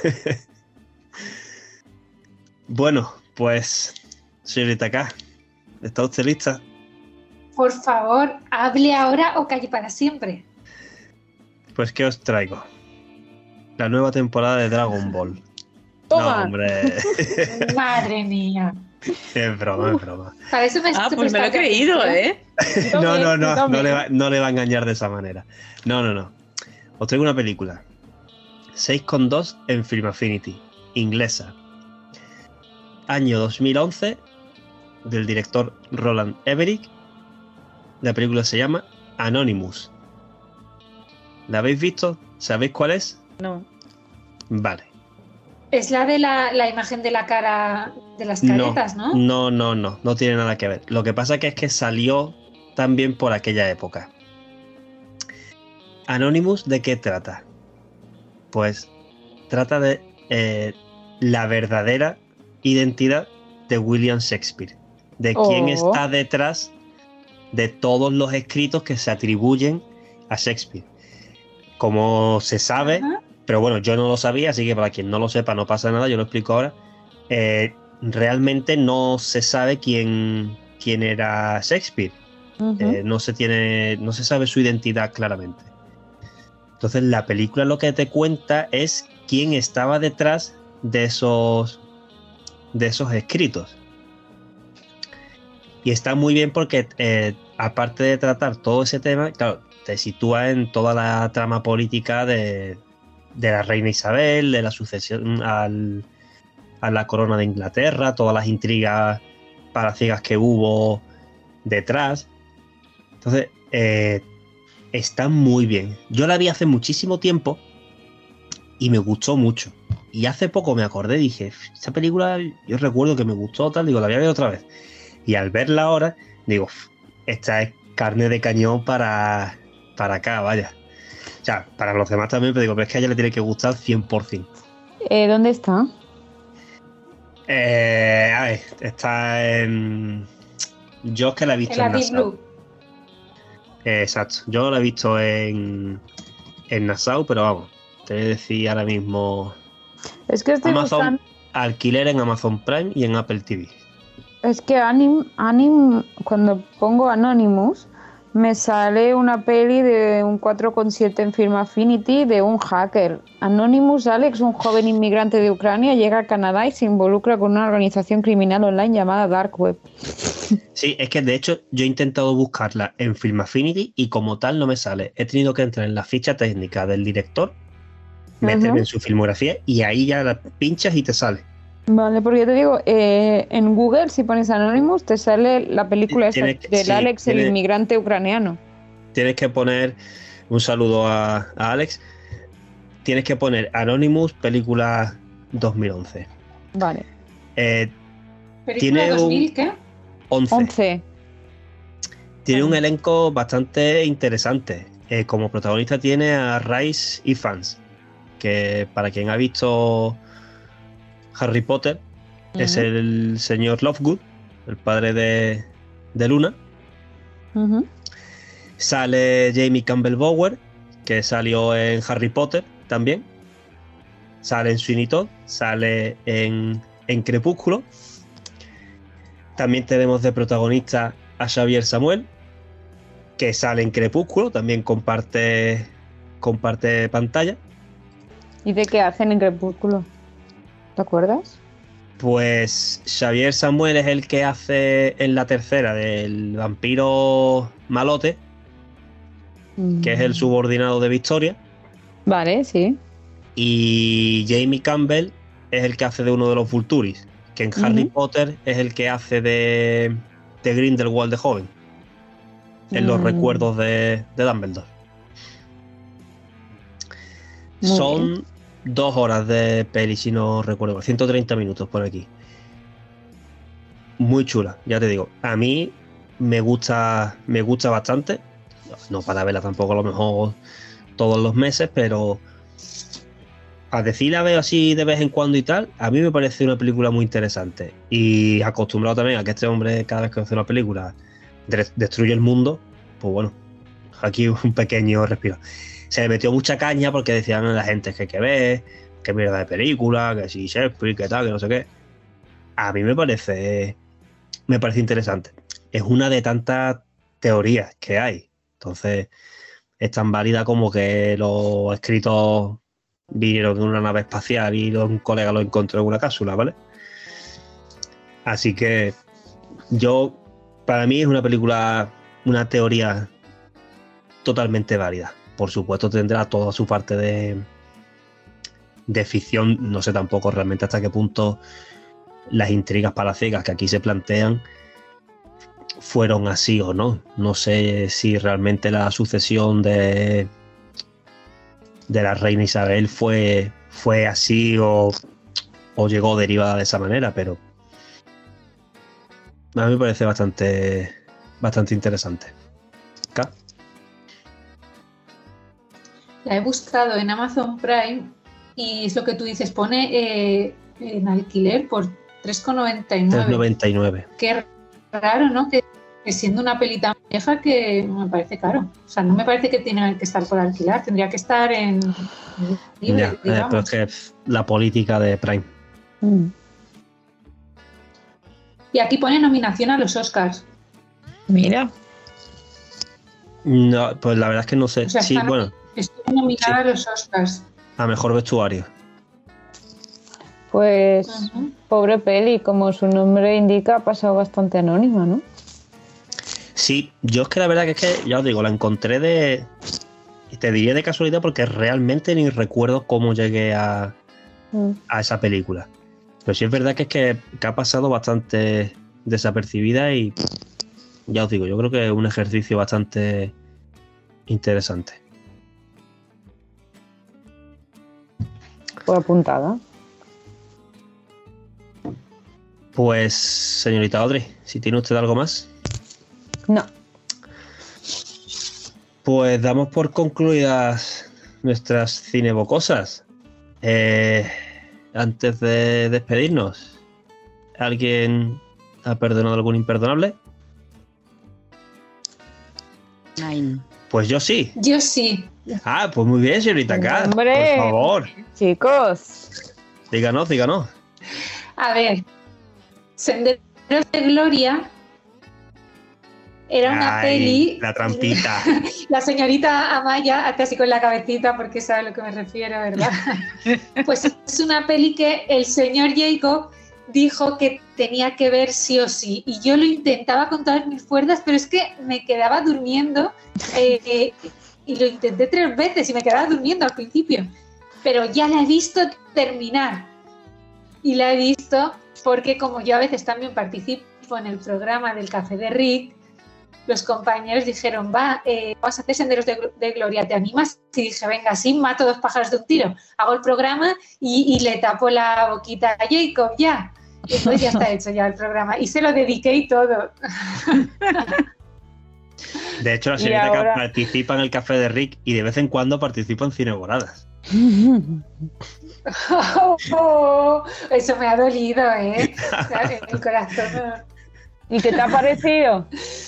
Bueno, pues. Señorita K, ¿está usted lista? Por favor, hable ahora o calle para siempre. Pues, ¿qué os traigo? La nueva temporada de Dragon Ball. Toma. No, hombre. Madre mía. Es broma, es broma. Para eso me Ah, pues me lo he creído, ¿eh? Yo No, también, no, yo no, no también. le, va, no le va a engañar de esa manera. No, no, no. Os traigo una película. seis coma dos en Film Affinity, inglesa. Año dos mil once, del director Roland Emmerich. La película se llama Anonymous. ¿La habéis visto? ¿Sabéis cuál es? No. Vale. Es la de la, la imagen de la cara de las caretas, ¿no? No, no, no, no tiene nada que ver. Lo que pasa que es que salió también por aquella época. Anonymous, ¿de qué trata? Pues trata de eh, la verdadera identidad de William Shakespeare, de quién Oh. está detrás de todos los escritos que se atribuyen a Shakespeare. Como se sabe, Ajá. pero bueno, yo no lo sabía, así que para quien no lo sepa no pasa nada, yo lo explico ahora. Eh, realmente no se sabe quién, quién era Shakespeare. Ujú. Eh, no se tiene, no se sabe su identidad claramente. Entonces la película lo que te cuenta es quién estaba detrás de esos, de esos escritos. Y está muy bien porque eh, aparte de tratar todo ese tema, claro, te sitúa en toda la trama política de, de la reina Isabel, de la sucesión al, a la corona de Inglaterra, todas las intrigas palaciegas que hubo detrás. Entonces, eh, está muy bien. Yo la vi hace muchísimo tiempo y me gustó mucho. Y hace poco me acordé, dije, esta película yo recuerdo que me gustó tal, digo, la voy a ver otra vez. Y al verla ahora, digo, esta es carne de cañón para, para acá, vaya. O sea, para los demás también, pero digo, pero es que a ella le tiene que gustar cien por ciento. Eh, ¿Dónde está? Eh, a ver, está en... Yo es que la he visto En la en Deep Nassau. Blue. Eh, exacto, yo la he visto en, en Nassau, pero vamos, te voy a decir ahora mismo Es que estoy Amazon, buscando. alquiler en Amazon Prime y en Apple T V. Es que Anim, Anim, cuando pongo Anonymous, me sale una peli de un cuatro coma siete en Film Affinity de un hacker. Anonymous Alex, un joven inmigrante de Ucrania, llega a Canadá y se involucra con una organización criminal online llamada Dark Web. Sí, es que de hecho yo he intentado buscarla en Film Affinity y como tal no me sale. He tenido que entrar en la ficha técnica del director, meterme Ujú. en su filmografía y ahí ya la pinchas y te sale. Vale, porque te digo, eh, en Google si pones Anonymous te sale la película esta Tienes que- del sí, Alex, el tienes- inmigrante ucraniano. Tienes que poner un saludo a, a Alex. Tienes que poner Anonymous, película dos mil once. Vale. Eh, ¿Película Tiene dos mil un- qué? once. once. Tiene un Vale. elenco bastante interesante. Eh, como protagonista tiene a Rhys Ifans, que para quien ha visto Harry Potter, es Ujú. el señor Lovegood, el padre de, de Luna. Ujú. Sale Jamie Campbell Bower, que salió en Harry Potter también. Sale en Sweeney Todd, sale en, en Crepúsculo. También tenemos de protagonista a Xavier Samuel, que sale en Crepúsculo, también comparte, comparte pantalla. ¿Y de qué hacen en Crepúsculo? ¿Te acuerdas? Pues Xavier Samuel es el que hace en la tercera del vampiro malote, que es el subordinado de Victoria. Vale, sí. Y Jamie Campbell es el que hace de uno de los Vulturis, que en Harry Ujú. Potter es el que hace de, de Grindelwald de joven, en los Mm. recuerdos de, de Dumbledore. Muy Son bien. dos horas de peli, si no recuerdo, ciento treinta minutos por aquí. Muy chula, ya te digo. A mí me gusta, me gusta bastante. No para verla tampoco a lo mejor todos los meses, pero a decir la veo así de vez en cuando y tal, a mí me parece una película muy interesante. Y acostumbrado también a que este hombre, cada vez que hace una película, de- destruye el mundo, pues bueno, aquí un pequeño respiro. Se le metió mucha caña porque decían a la gente que hay que ver, que mierda de película, que si Shakespeare, que tal, que no sé qué. A mí me parece, me parece interesante. Es una de tantas teorías que hay. Entonces, es tan válida como que los escritos vinieron en una nave espacial y un colega lo encontró en una cápsula, ¿vale? Así que yo, para mí es una película, una teoría totalmente válida. Por supuesto tendrá toda su parte de, de ficción. No sé tampoco realmente hasta qué punto las intrigas palaciegas que aquí se plantean fueron así o no. No sé si realmente la sucesión de de la reina Isabel fue, fue así o, o llegó derivada de esa manera, pero a mí me parece bastante bastante interesante. ¿Ca? La he buscado en Amazon Prime y es lo que tú dices, pone eh, en alquiler por tres con noventa y tres nueve. noventa y nueve. Qué raro, ¿no? Que, que siendo una peli tan vieja que me parece caro. O sea, no me parece que tiene que estar por alquilar, tendría que estar en libre, Ya, eh, pero digamos. es que es la política de Prime. Mm. Y aquí pone nominación a los Oscars. Mira, No, pues la verdad es que no sé. O sea, Sí, está bueno, Estuvo nominada a los Oscars. a mejor vestuario. Pues, Ujú. pobre peli, como su nombre indica, ha pasado bastante anónima, ¿no? Sí, yo es que la verdad que es que, ya os digo, la encontré de. Te diría de casualidad porque realmente ni recuerdo cómo llegué a, Mm. a esa película. Pero sí es verdad que es que, que ha pasado bastante desapercibida y ya os digo, yo creo que es un ejercicio bastante interesante. Fue apuntada. Pues, señorita Audrey, si tiene usted algo más, No. pues damos por concluidas nuestras cinebocosas. Eh, antes de despedirnos, ¿alguien ha perdonado algún imperdonable? Nine. Pues yo sí. Yo sí. Ah, pues muy bien, señorita Kat. ¡Hombre! Por favor, Chicos, díganos, díganos. A ver, Senderos de Gloria era una Ay, peli. la trampita. La señorita Amaya hace así con la cabecita porque sabe a lo que me refiero, ¿verdad? Pues es una peli que el señor Jacob dijo que tenía que ver sí o sí. Y yo lo intentaba con todas mis fuerzas, pero es que me quedaba durmiendo. Eh, eh, y lo intenté tres veces y me quedaba durmiendo al principio. Pero ya la he visto terminar. y la he visto porque como yo a veces también participo en el programa del Café de Rick, los compañeros dijeron, va, eh, vamos a hacer Senderos de, de Gloria, ¿te animas? Y dije, venga, sí, mato dos pájaros de un tiro. Hago el programa y, y le tapo la boquita a Jacob, ya. Y entonces ya está hecho ya el programa. Y se lo dediqué y todo. De hecho, la señorita ahora... participa en el Café de Rick y de vez en cuando participa en Cinegoradas. Oh, oh, eso me ha dolido, ¿eh? En el corazón. ¿Y qué te ha parecido?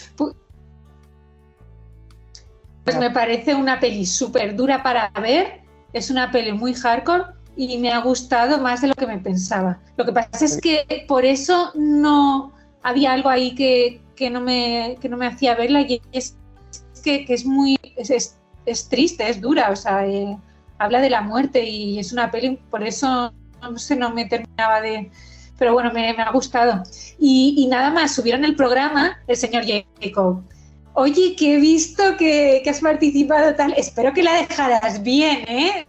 Pues me parece una peli súper dura para ver, es una peli muy hardcore y me ha gustado más de lo que me pensaba. Lo que pasa es que por eso no había algo ahí que, que, no, me, que no me hacía verla y es que, que es muy es, es, es triste, es dura, o sea, eh, habla de la muerte y es una peli, por eso no sé, no me terminaba de... Pero bueno, me, me ha gustado. Y, y nada más, subieron el programa el señor Jacob. Oye, que he visto que, que has participado tal. Espero que la dejaras bien, ¿eh?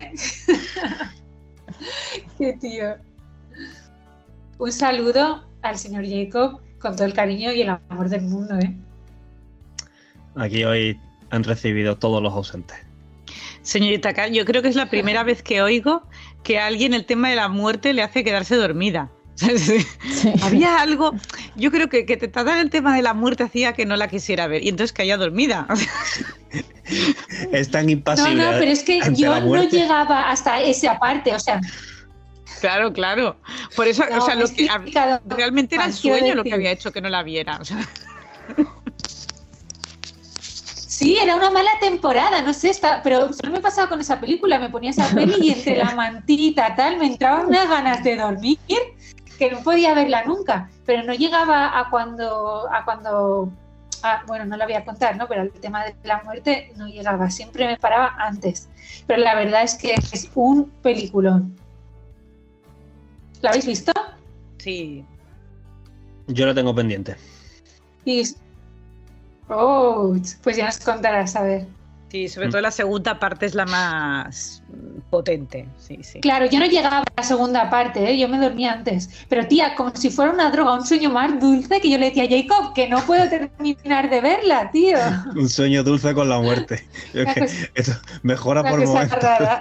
Qué tío. Un saludo al señor Jacob con todo el cariño y el amor del mundo, ¿eh? Aquí hoy han recibido todos los ausentes. Señorita Cal, yo creo que es la primera vez que oigo que a alguien el tema de la muerte le hace quedarse dormida. Sí. Había algo, yo creo que, que te tratar el tema de la muerte hacía que no la quisiera ver y entonces caía dormida. Es tan impasible. No, no, pero es que yo no llegaba hasta esa parte, o sea. Claro, claro. Por eso, no, o sea, lo que, realmente era el sueño lo que había hecho que no la viera. O sea. Sí, era una mala temporada, no sé, está, pero solo me pasaba con esa película, me ponía esa peli y entre la mantita tal, me entraban unas ganas de dormir que no podía verla nunca, pero no llegaba a cuando, a cuando, a, bueno, no lo voy a contar, ¿no? Pero el tema de la muerte no llegaba, siempre me paraba antes, pero la verdad es que es un peliculón. ¿La habéis visto? Sí. Yo lo tengo pendiente. Y... Oh, pues ya nos contarás, a ver. Sí, sobre todo la segunda parte es la más potente, sí, sí. Claro, yo no llegaba a la segunda parte, ¿eh? Yo me dormía antes. Pero tía, como si fuera una droga, un sueño más dulce, que yo le decía a Jacob que no puedo terminar de verla, tío. Un sueño dulce con la muerte. Yo que eso mejora por momentos.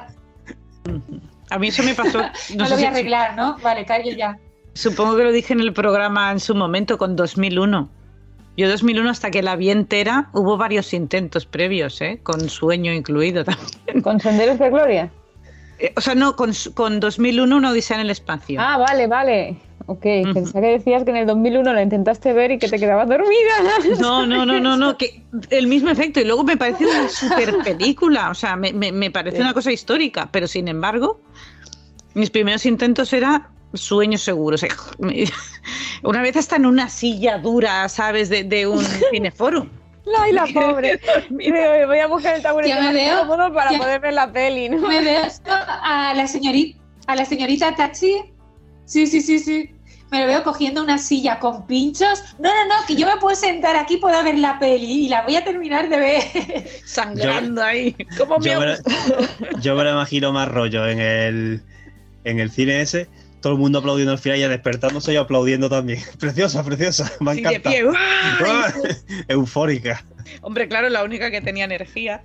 A mí eso me pasó. No, no lo voy a arreglar, ¿no? Vale, callo ya. Supongo que lo dije en el programa en su momento con dos mil uno. Yo dos mil uno hasta que la vi entera hubo varios intentos previos, ¿eh? Con sueño incluido también. ¿Con Senderos de Gloria? Eh, o sea, no, con, con dos mil uno una odisea en el espacio. Ah, vale, vale. Ok, uh-huh. Pensaba que decías que en el dos mil uno la intentaste ver y que te quedabas dormida. No, no, no, no, no, que el mismo efecto. Y luego me parece una super película, o sea, me, me, me parece sí. Una cosa histórica, pero sin embargo, mis primeros intentos eran sueño seguro. O sea, una vez hasta en una silla dura, ¿sabes? De, de un cineforum. Ay, la pobre. Me voy a buscar el taburete me veo, para ya, poder ver la peli, ¿no? Me veo a la señorita, a la señorita Tachi. Sí, sí, sí, sí. Me lo veo cogiendo una silla con pinchos. No, no, no, que yo me puedo sentar aquí, puedo ver la peli y la voy a terminar de ver. Sangrando yo, ahí. ¿Cómo me yo, me lo, yo me lo imagino más rollo en el, en el cine ese. Todo el mundo aplaudiendo al final y despertándose y aplaudiendo también. Preciosa, preciosa. Me sí, encanta. De pie. Eufórica. Hombre, claro, la única que tenía energía.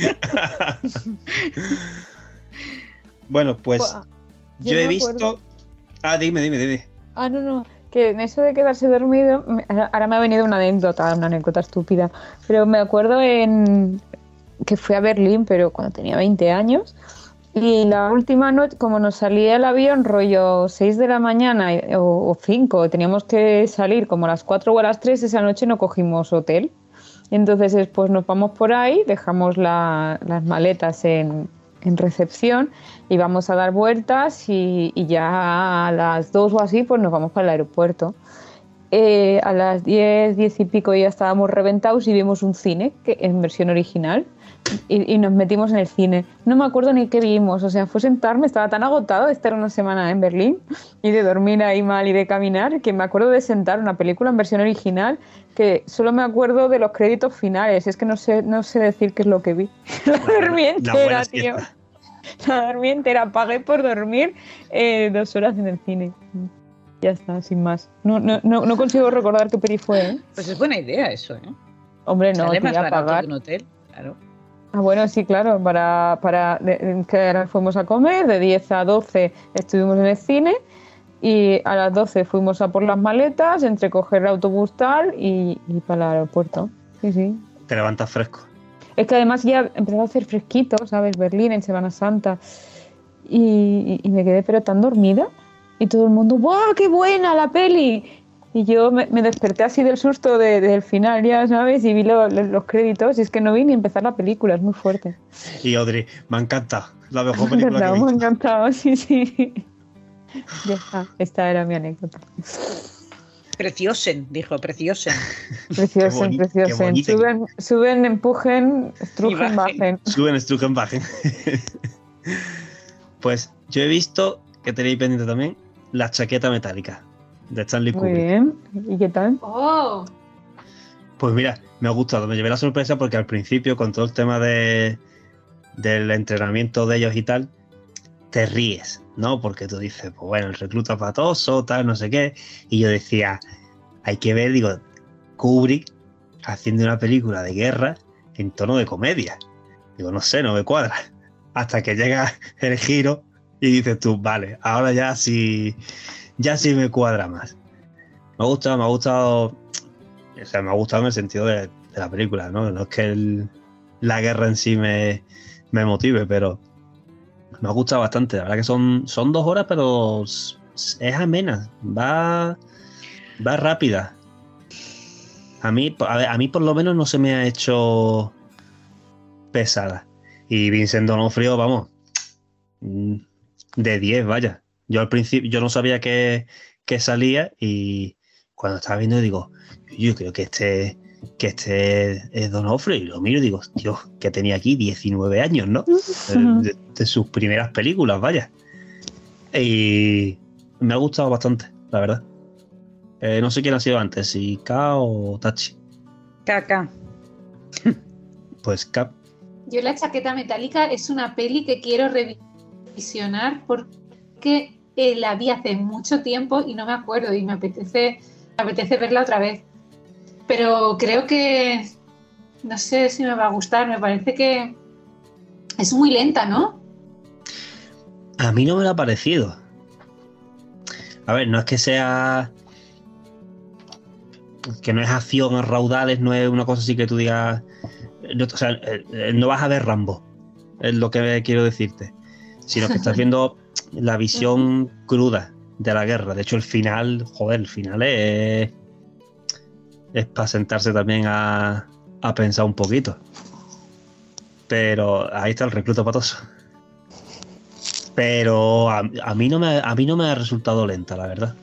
Bueno, pues yo, yo he no visto... acuerdo. Ah, dime, dime, dime. Ah, no, no. Que en eso de quedarse dormido, ahora me ha venido una anécdota, una anécdota estúpida. Pero me acuerdo en que fui a Berlín, pero cuando tenía veinte años... Y la última noche, como nos salía el avión rollo seis de la mañana o, o cinco, teníamos que salir como a las cuatro o a las tres, esa noche no cogimos hotel. Entonces pues nos vamos por ahí, dejamos la, las maletas en, en recepción y vamos a dar vueltas y, y ya a las dos o así pues nos vamos para el aeropuerto. Eh, a las diez, diez y pico ya estábamos reventados y vimos un cine que, en versión original. Y, y nos metimos en el cine. No me acuerdo ni qué vimos, o sea, fue sentarme, estaba tan agotado de estar una semana en Berlín y de dormir ahí mal y de caminar, que me acuerdo de sentar una película en versión original que solo me acuerdo de los créditos finales, es que no sé, no sé decir qué es lo que vi. La dormí entera, tío. La dormí entera, pagué por dormir eh, dos horas en el cine. Ya está, sin más. No, no, no, no consigo recordar qué peli fue, ¿eh? Pues es buena idea eso, ¿eh? Hombre, no, Sale más tía, barato pagar. que un hotel, claro. Ah, bueno, sí, claro, para, para de, que ahora fuimos a comer, de diez a doce estuvimos en el cine y a las doce fuimos a por las maletas, entre coger el autobús tal y, y para el aeropuerto. Sí, sí. Te levantas fresco. Es que además ya empezó a hacer fresquito, ¿sabes? Berlín en Semana Santa. Y, y me quedé pero tan dormida. Y todo el mundo, ¡guau, qué buena la peli! Y yo me, me desperté así del susto de, del final, ya, ¿sabes? Y vi lo, lo, los créditos y es que no vi ni empezar la película, es muy fuerte. Y Audrey, me ha encantado. La mejor película que he Me visto. ha encantado, sí, sí. Ya está, esta era mi anécdota. Preciosen, dijo, preciosen. Preciosen, Qué boni- preciosen. qué bonito. Suben, suben, empujen, strujen, Y bajen. bajen. Suben, Strucken, bajen. Pues yo he visto, que tenéis pendiente también, La chaqueta metálica, de Stanley Muy Kubrick. bien. ¿Y qué tal? Oh, Pues mira, me ha gustado, me llevé la sorpresa porque al principio, con todo el tema de, del entrenamiento de ellos y tal, te ríes, ¿no? Porque tú dices, pues bueno, el recluta patoso, tal, no sé qué. Y yo decía, hay que ver, digo, Kubrick haciendo una película de guerra en tono de comedia. Digo, no sé, no me cuadra. Hasta que llega el giro y dices tú, vale, ahora ya sí, ya sí me cuadra más. Me ha gustado, me ha gustado, o sea, me ha gustado en el sentido de, de la película, ¿no? No es que el- la guerra en sí me, me motive, pero me ha gustado bastante. La verdad que son, son dos horas, pero es es amena, va, va rápida. A mí, a, ver, a mí por lo menos no se me ha hecho pesada. Y Vincent D'Onofrio, vamos, mm, de diez, vaya. Yo al principio, yo no sabía que, que salía y cuando estaba viendo digo, yo creo que este, que este es D'Onofrio. Y lo miro y digo, Dios, que tenía aquí diecinueve años, ¿no? De, de- de sus primeras películas, vaya. Y me ha gustado bastante, la verdad. Eh, no sé quién ha sido antes, si K o Tachi. Caca. Pues K. yo La chaqueta metálica es una peli que quiero revisionar porque eh, la vi hace mucho tiempo y no me acuerdo y me apetece, me apetece verla otra vez. Pero creo que no sé si me va a gustar, me parece que es muy lenta, ¿no? A mí no me lo ha parecido. A ver, no es que sea... que no es acción a raudales, no es una cosa así que tú digas... No, o sea, eh, eh, no vas a ver Rambo, es lo que quiero decirte. Sino que estás viendo la visión cruda de la guerra. De hecho, el final, joder, el final es... es para sentarse también a, a pensar un poquito. Pero ahí está el recluta patoso. Pero a, a mí no me, a mí no me ha resultado lenta, la verdad.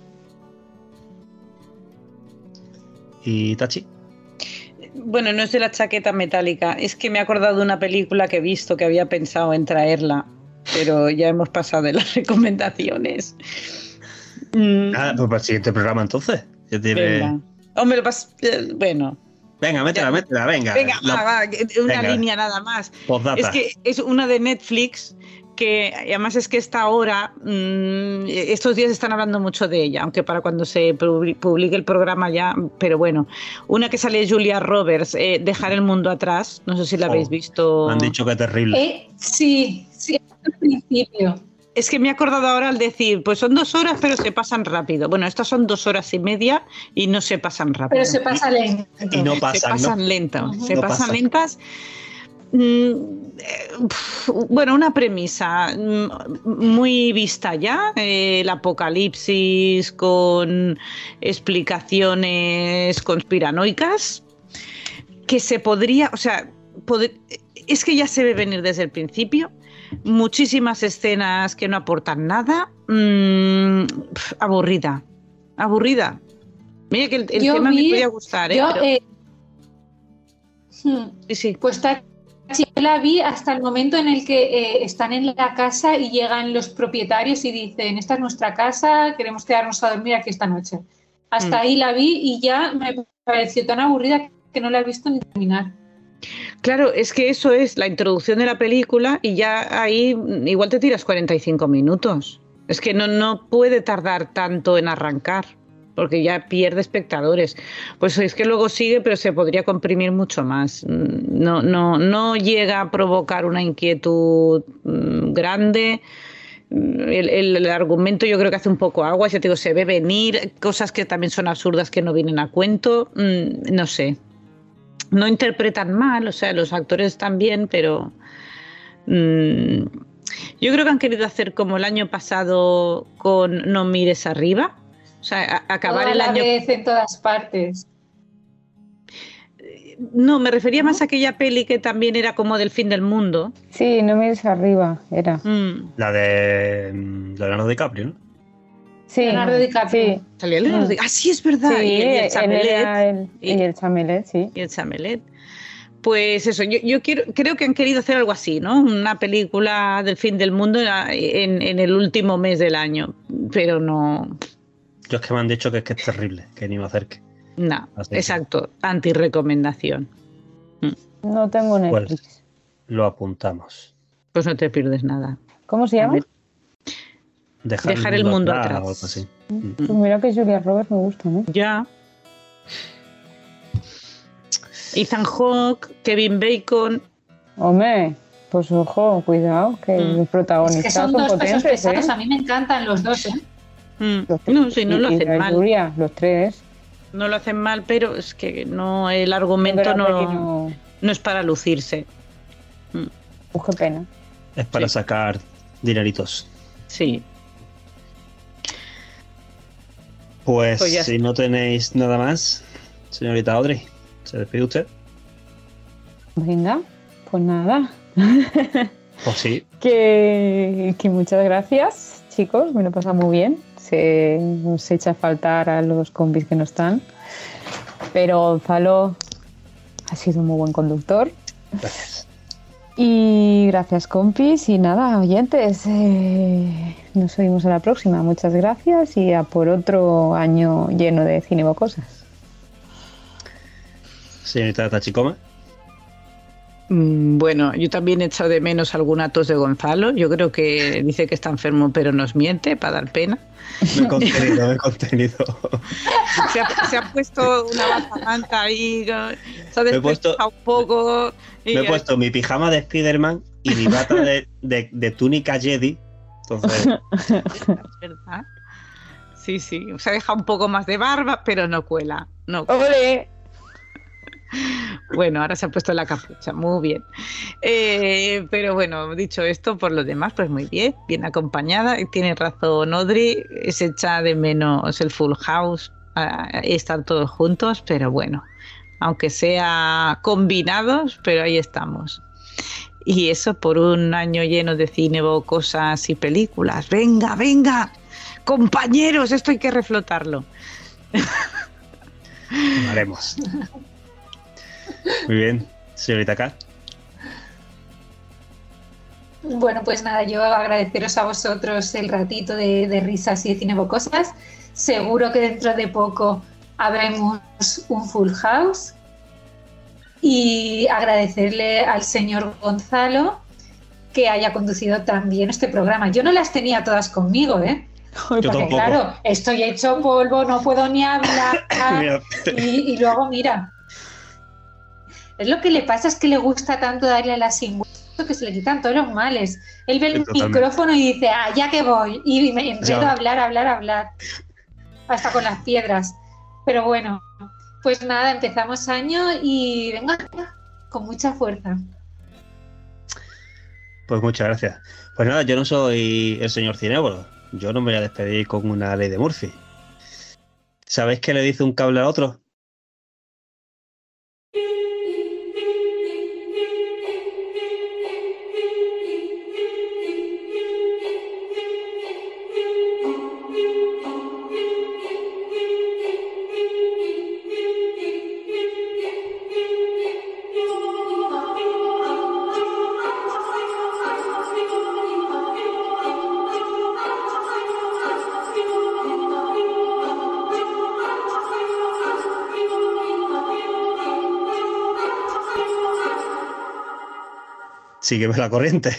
¿Y Tachi? Bueno, no es de La chaqueta metálica, es que me he acordado de una película que he visto que había pensado en traerla, pero ya hemos pasado de las recomendaciones. Mm, Ah, pues para el siguiente programa entonces. Ya tiene- venga. Hombre, lo pas- eh, bueno, Venga, métela, Ya. métela, venga. venga, La- va, va, que- una venga. línea nada más. postdata. Es que es una de Netflix que además es que esta hora, mmm, estos días están hablando mucho de ella, aunque para cuando se publi- publique el programa ya, pero bueno, una que sale Julia Roberts, eh, Dejar el mundo atrás, no sé si la Oh, habéis visto. Me han dicho que es terrible. Eh, sí, sí, al principio. Es que me he acordado ahora al decir, pues son dos horas pero se pasan rápido. Bueno, estas son dos horas y media y no se pasan rápido. Pero se pasa lento. Y no se pasan, pasan ¿no? lentas, Ujú. se No pasan pasan. lentas. Mm, eh, pf, bueno, una premisa mm, muy vista ya, eh, el apocalipsis con explicaciones conspiranoicas, que se podría, o sea, poder- es que ya se ve venir desde el principio, muchísimas escenas que no aportan nada, mm, pf, aburrida, aburrida. Mira que el, el Yo tema me vi- podía gustar, ¿eh? Yo, Pero- eh, hmm, sí, sí. pues Tachi, yo la vi hasta el momento en el que eh, están en la casa y llegan los propietarios y dicen, esta es nuestra casa, queremos quedarnos a dormir aquí esta noche. Hasta Mm. ahí la vi y ya me pareció tan aburrida que no la he visto ni terminar. Claro, es que eso es la introducción de la película y ya ahí igual te tiras cuarenta y cinco minutos. Es que no, no puede tardar tanto en arrancar, porque ya pierde espectadores. Pues es que luego sigue, pero se podría comprimir mucho más. No, no, no llega a provocar una inquietud grande. El, el, el argumento yo creo que hace un poco agua, ya te digo, se ve venir, cosas que también son absurdas que no vienen a cuento, no sé. No interpretan mal, o sea, los actores están bien, pero mmm, yo creo que han querido hacer como el año pasado con No mires arriba, o sea, a, acabar Toda el la año... vez en todas partes. No, me refería más a aquella peli que también era como del fin del mundo. Sí, No mires arriba, era. Mm. La de mm, Leonardo DiCaprio, ¿no? Sí, Leonardo DiCaprio. sí. ¿Salió Leonardo DiCaprio? Ah, sí, es verdad. Sí, y, el, y el él Chamelet. era el, y, y el Chamelet, sí. Y el Chamelet. Pues eso, yo, yo quiero, creo que han querido hacer algo así, ¿no? Una película del fin del mundo en, en el último mes del año, pero no... Yo es que me han dicho que es que es terrible, que ni me acerque. No, Así exacto, anti-recomendación. No tengo Netflix. Pues lo apuntamos. Pues no te pierdes nada. ¿Cómo se llama? Dejar, Dejar el mundo atrás. O algo así. Pues mira que Julia Roberts me gusta, ¿no? Ya. Ethan Hawke, Kevin Bacon. Hombre, pues ojo, cuidado, que Mm. los protagonistas Es que son son dos pesos potentes, pesados. ¿eh? A mí me encantan los dos, ¿eh? Mm. Los No, sí, no y- lo y hacen la mal. Julia, los tres. No lo hacen mal, pero es que no, el argumento Pero no, no... no es para lucirse. Pues qué pena. Es para Sí. sacar dineritos. Sí. Pues, Pues ya si está. no tenéis nada más, señorita Audrey, ¿se despide usted? Venga, pues nada. Pues sí. Que, que muchas gracias, chicos, me lo he pasado muy bien. Se nos echa a faltar a los compis que no están. Pero Gonzalo ha sido un muy buen conductor. Gracias. Y gracias, compis. Y nada, oyentes, eh, nos oímos a la próxima. Muchas gracias y a por otro año lleno de cinebocosas. Señorita Tachikoma. Mm, Bueno, yo también he echado de menos algún atos de Gonzalo. Yo creo que dice que está enfermo, pero nos miente para dar pena. Me he contenido, me he contenido. Se ha, se ha puesto una batamanta ahí, ¿no? Se ha Me he puesto- despejado un poco. y- Me he puesto mi pijama de Spiderman y mi bata de, de, de túnica Jedi. Entonces, Es verdad. Sí, sí. Se ha dejado un poco más de barba, pero no cuela. No cuela. ¡Ole! Bueno, ahora se ha puesto la capucha, muy bien. Eh, pero bueno, dicho esto, por lo demás, pues muy bien, bien acompañada. Tiene razón Audrey, se echa de menos el Full House, eh, estar todos juntos, pero bueno, aunque sea combinados, pero ahí estamos. Y eso por un año lleno de cine, cosas y películas. Venga, venga, compañeros, esto hay que reflotarlo. lo haremos. Muy bien, señorita K. Bueno, pues nada, yo agradeceros a vosotros el ratito de, de risas y de cinebocosas. Seguro que dentro de poco habremos un Full House. Y agradecerle al señor Gonzalo que haya conducido tan bien este programa. Yo no las tenía todas conmigo, ¿eh? Yo Porque tampoco. claro, estoy hecho polvo, no puedo ni hablar. Mira, y, y luego, mira, es lo que le pasa, es que le gusta tanto darle a la sin que se le quitan todos los males. Él ve el Totalmente. micrófono y dice, ah, ya que voy. Y me enredo Ya. a hablar, hablar, hablar. Hasta con las piedras. Pero bueno, pues nada, empezamos año y venga, con mucha fuerza. pues muchas gracias. Pues nada, yo no soy el señor Cinébolo. Yo no me voy a despedir con una ley de Murphy. ¿Sabéis qué le dice un cable al otro? Sígueme la corriente.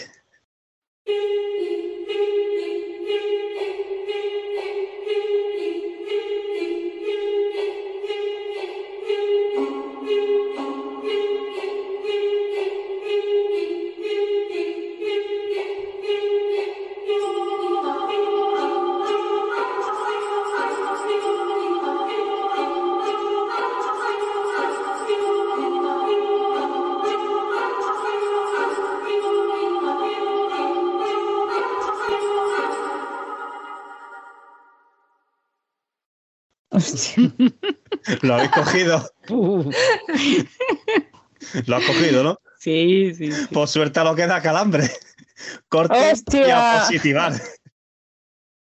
Hostia. Lo habéis cogido. Uh, Lo has cogido, ¿no? sí, sí, sí. Por suerte a lo que da calambre. Corte y ¡Hostia! a positivar.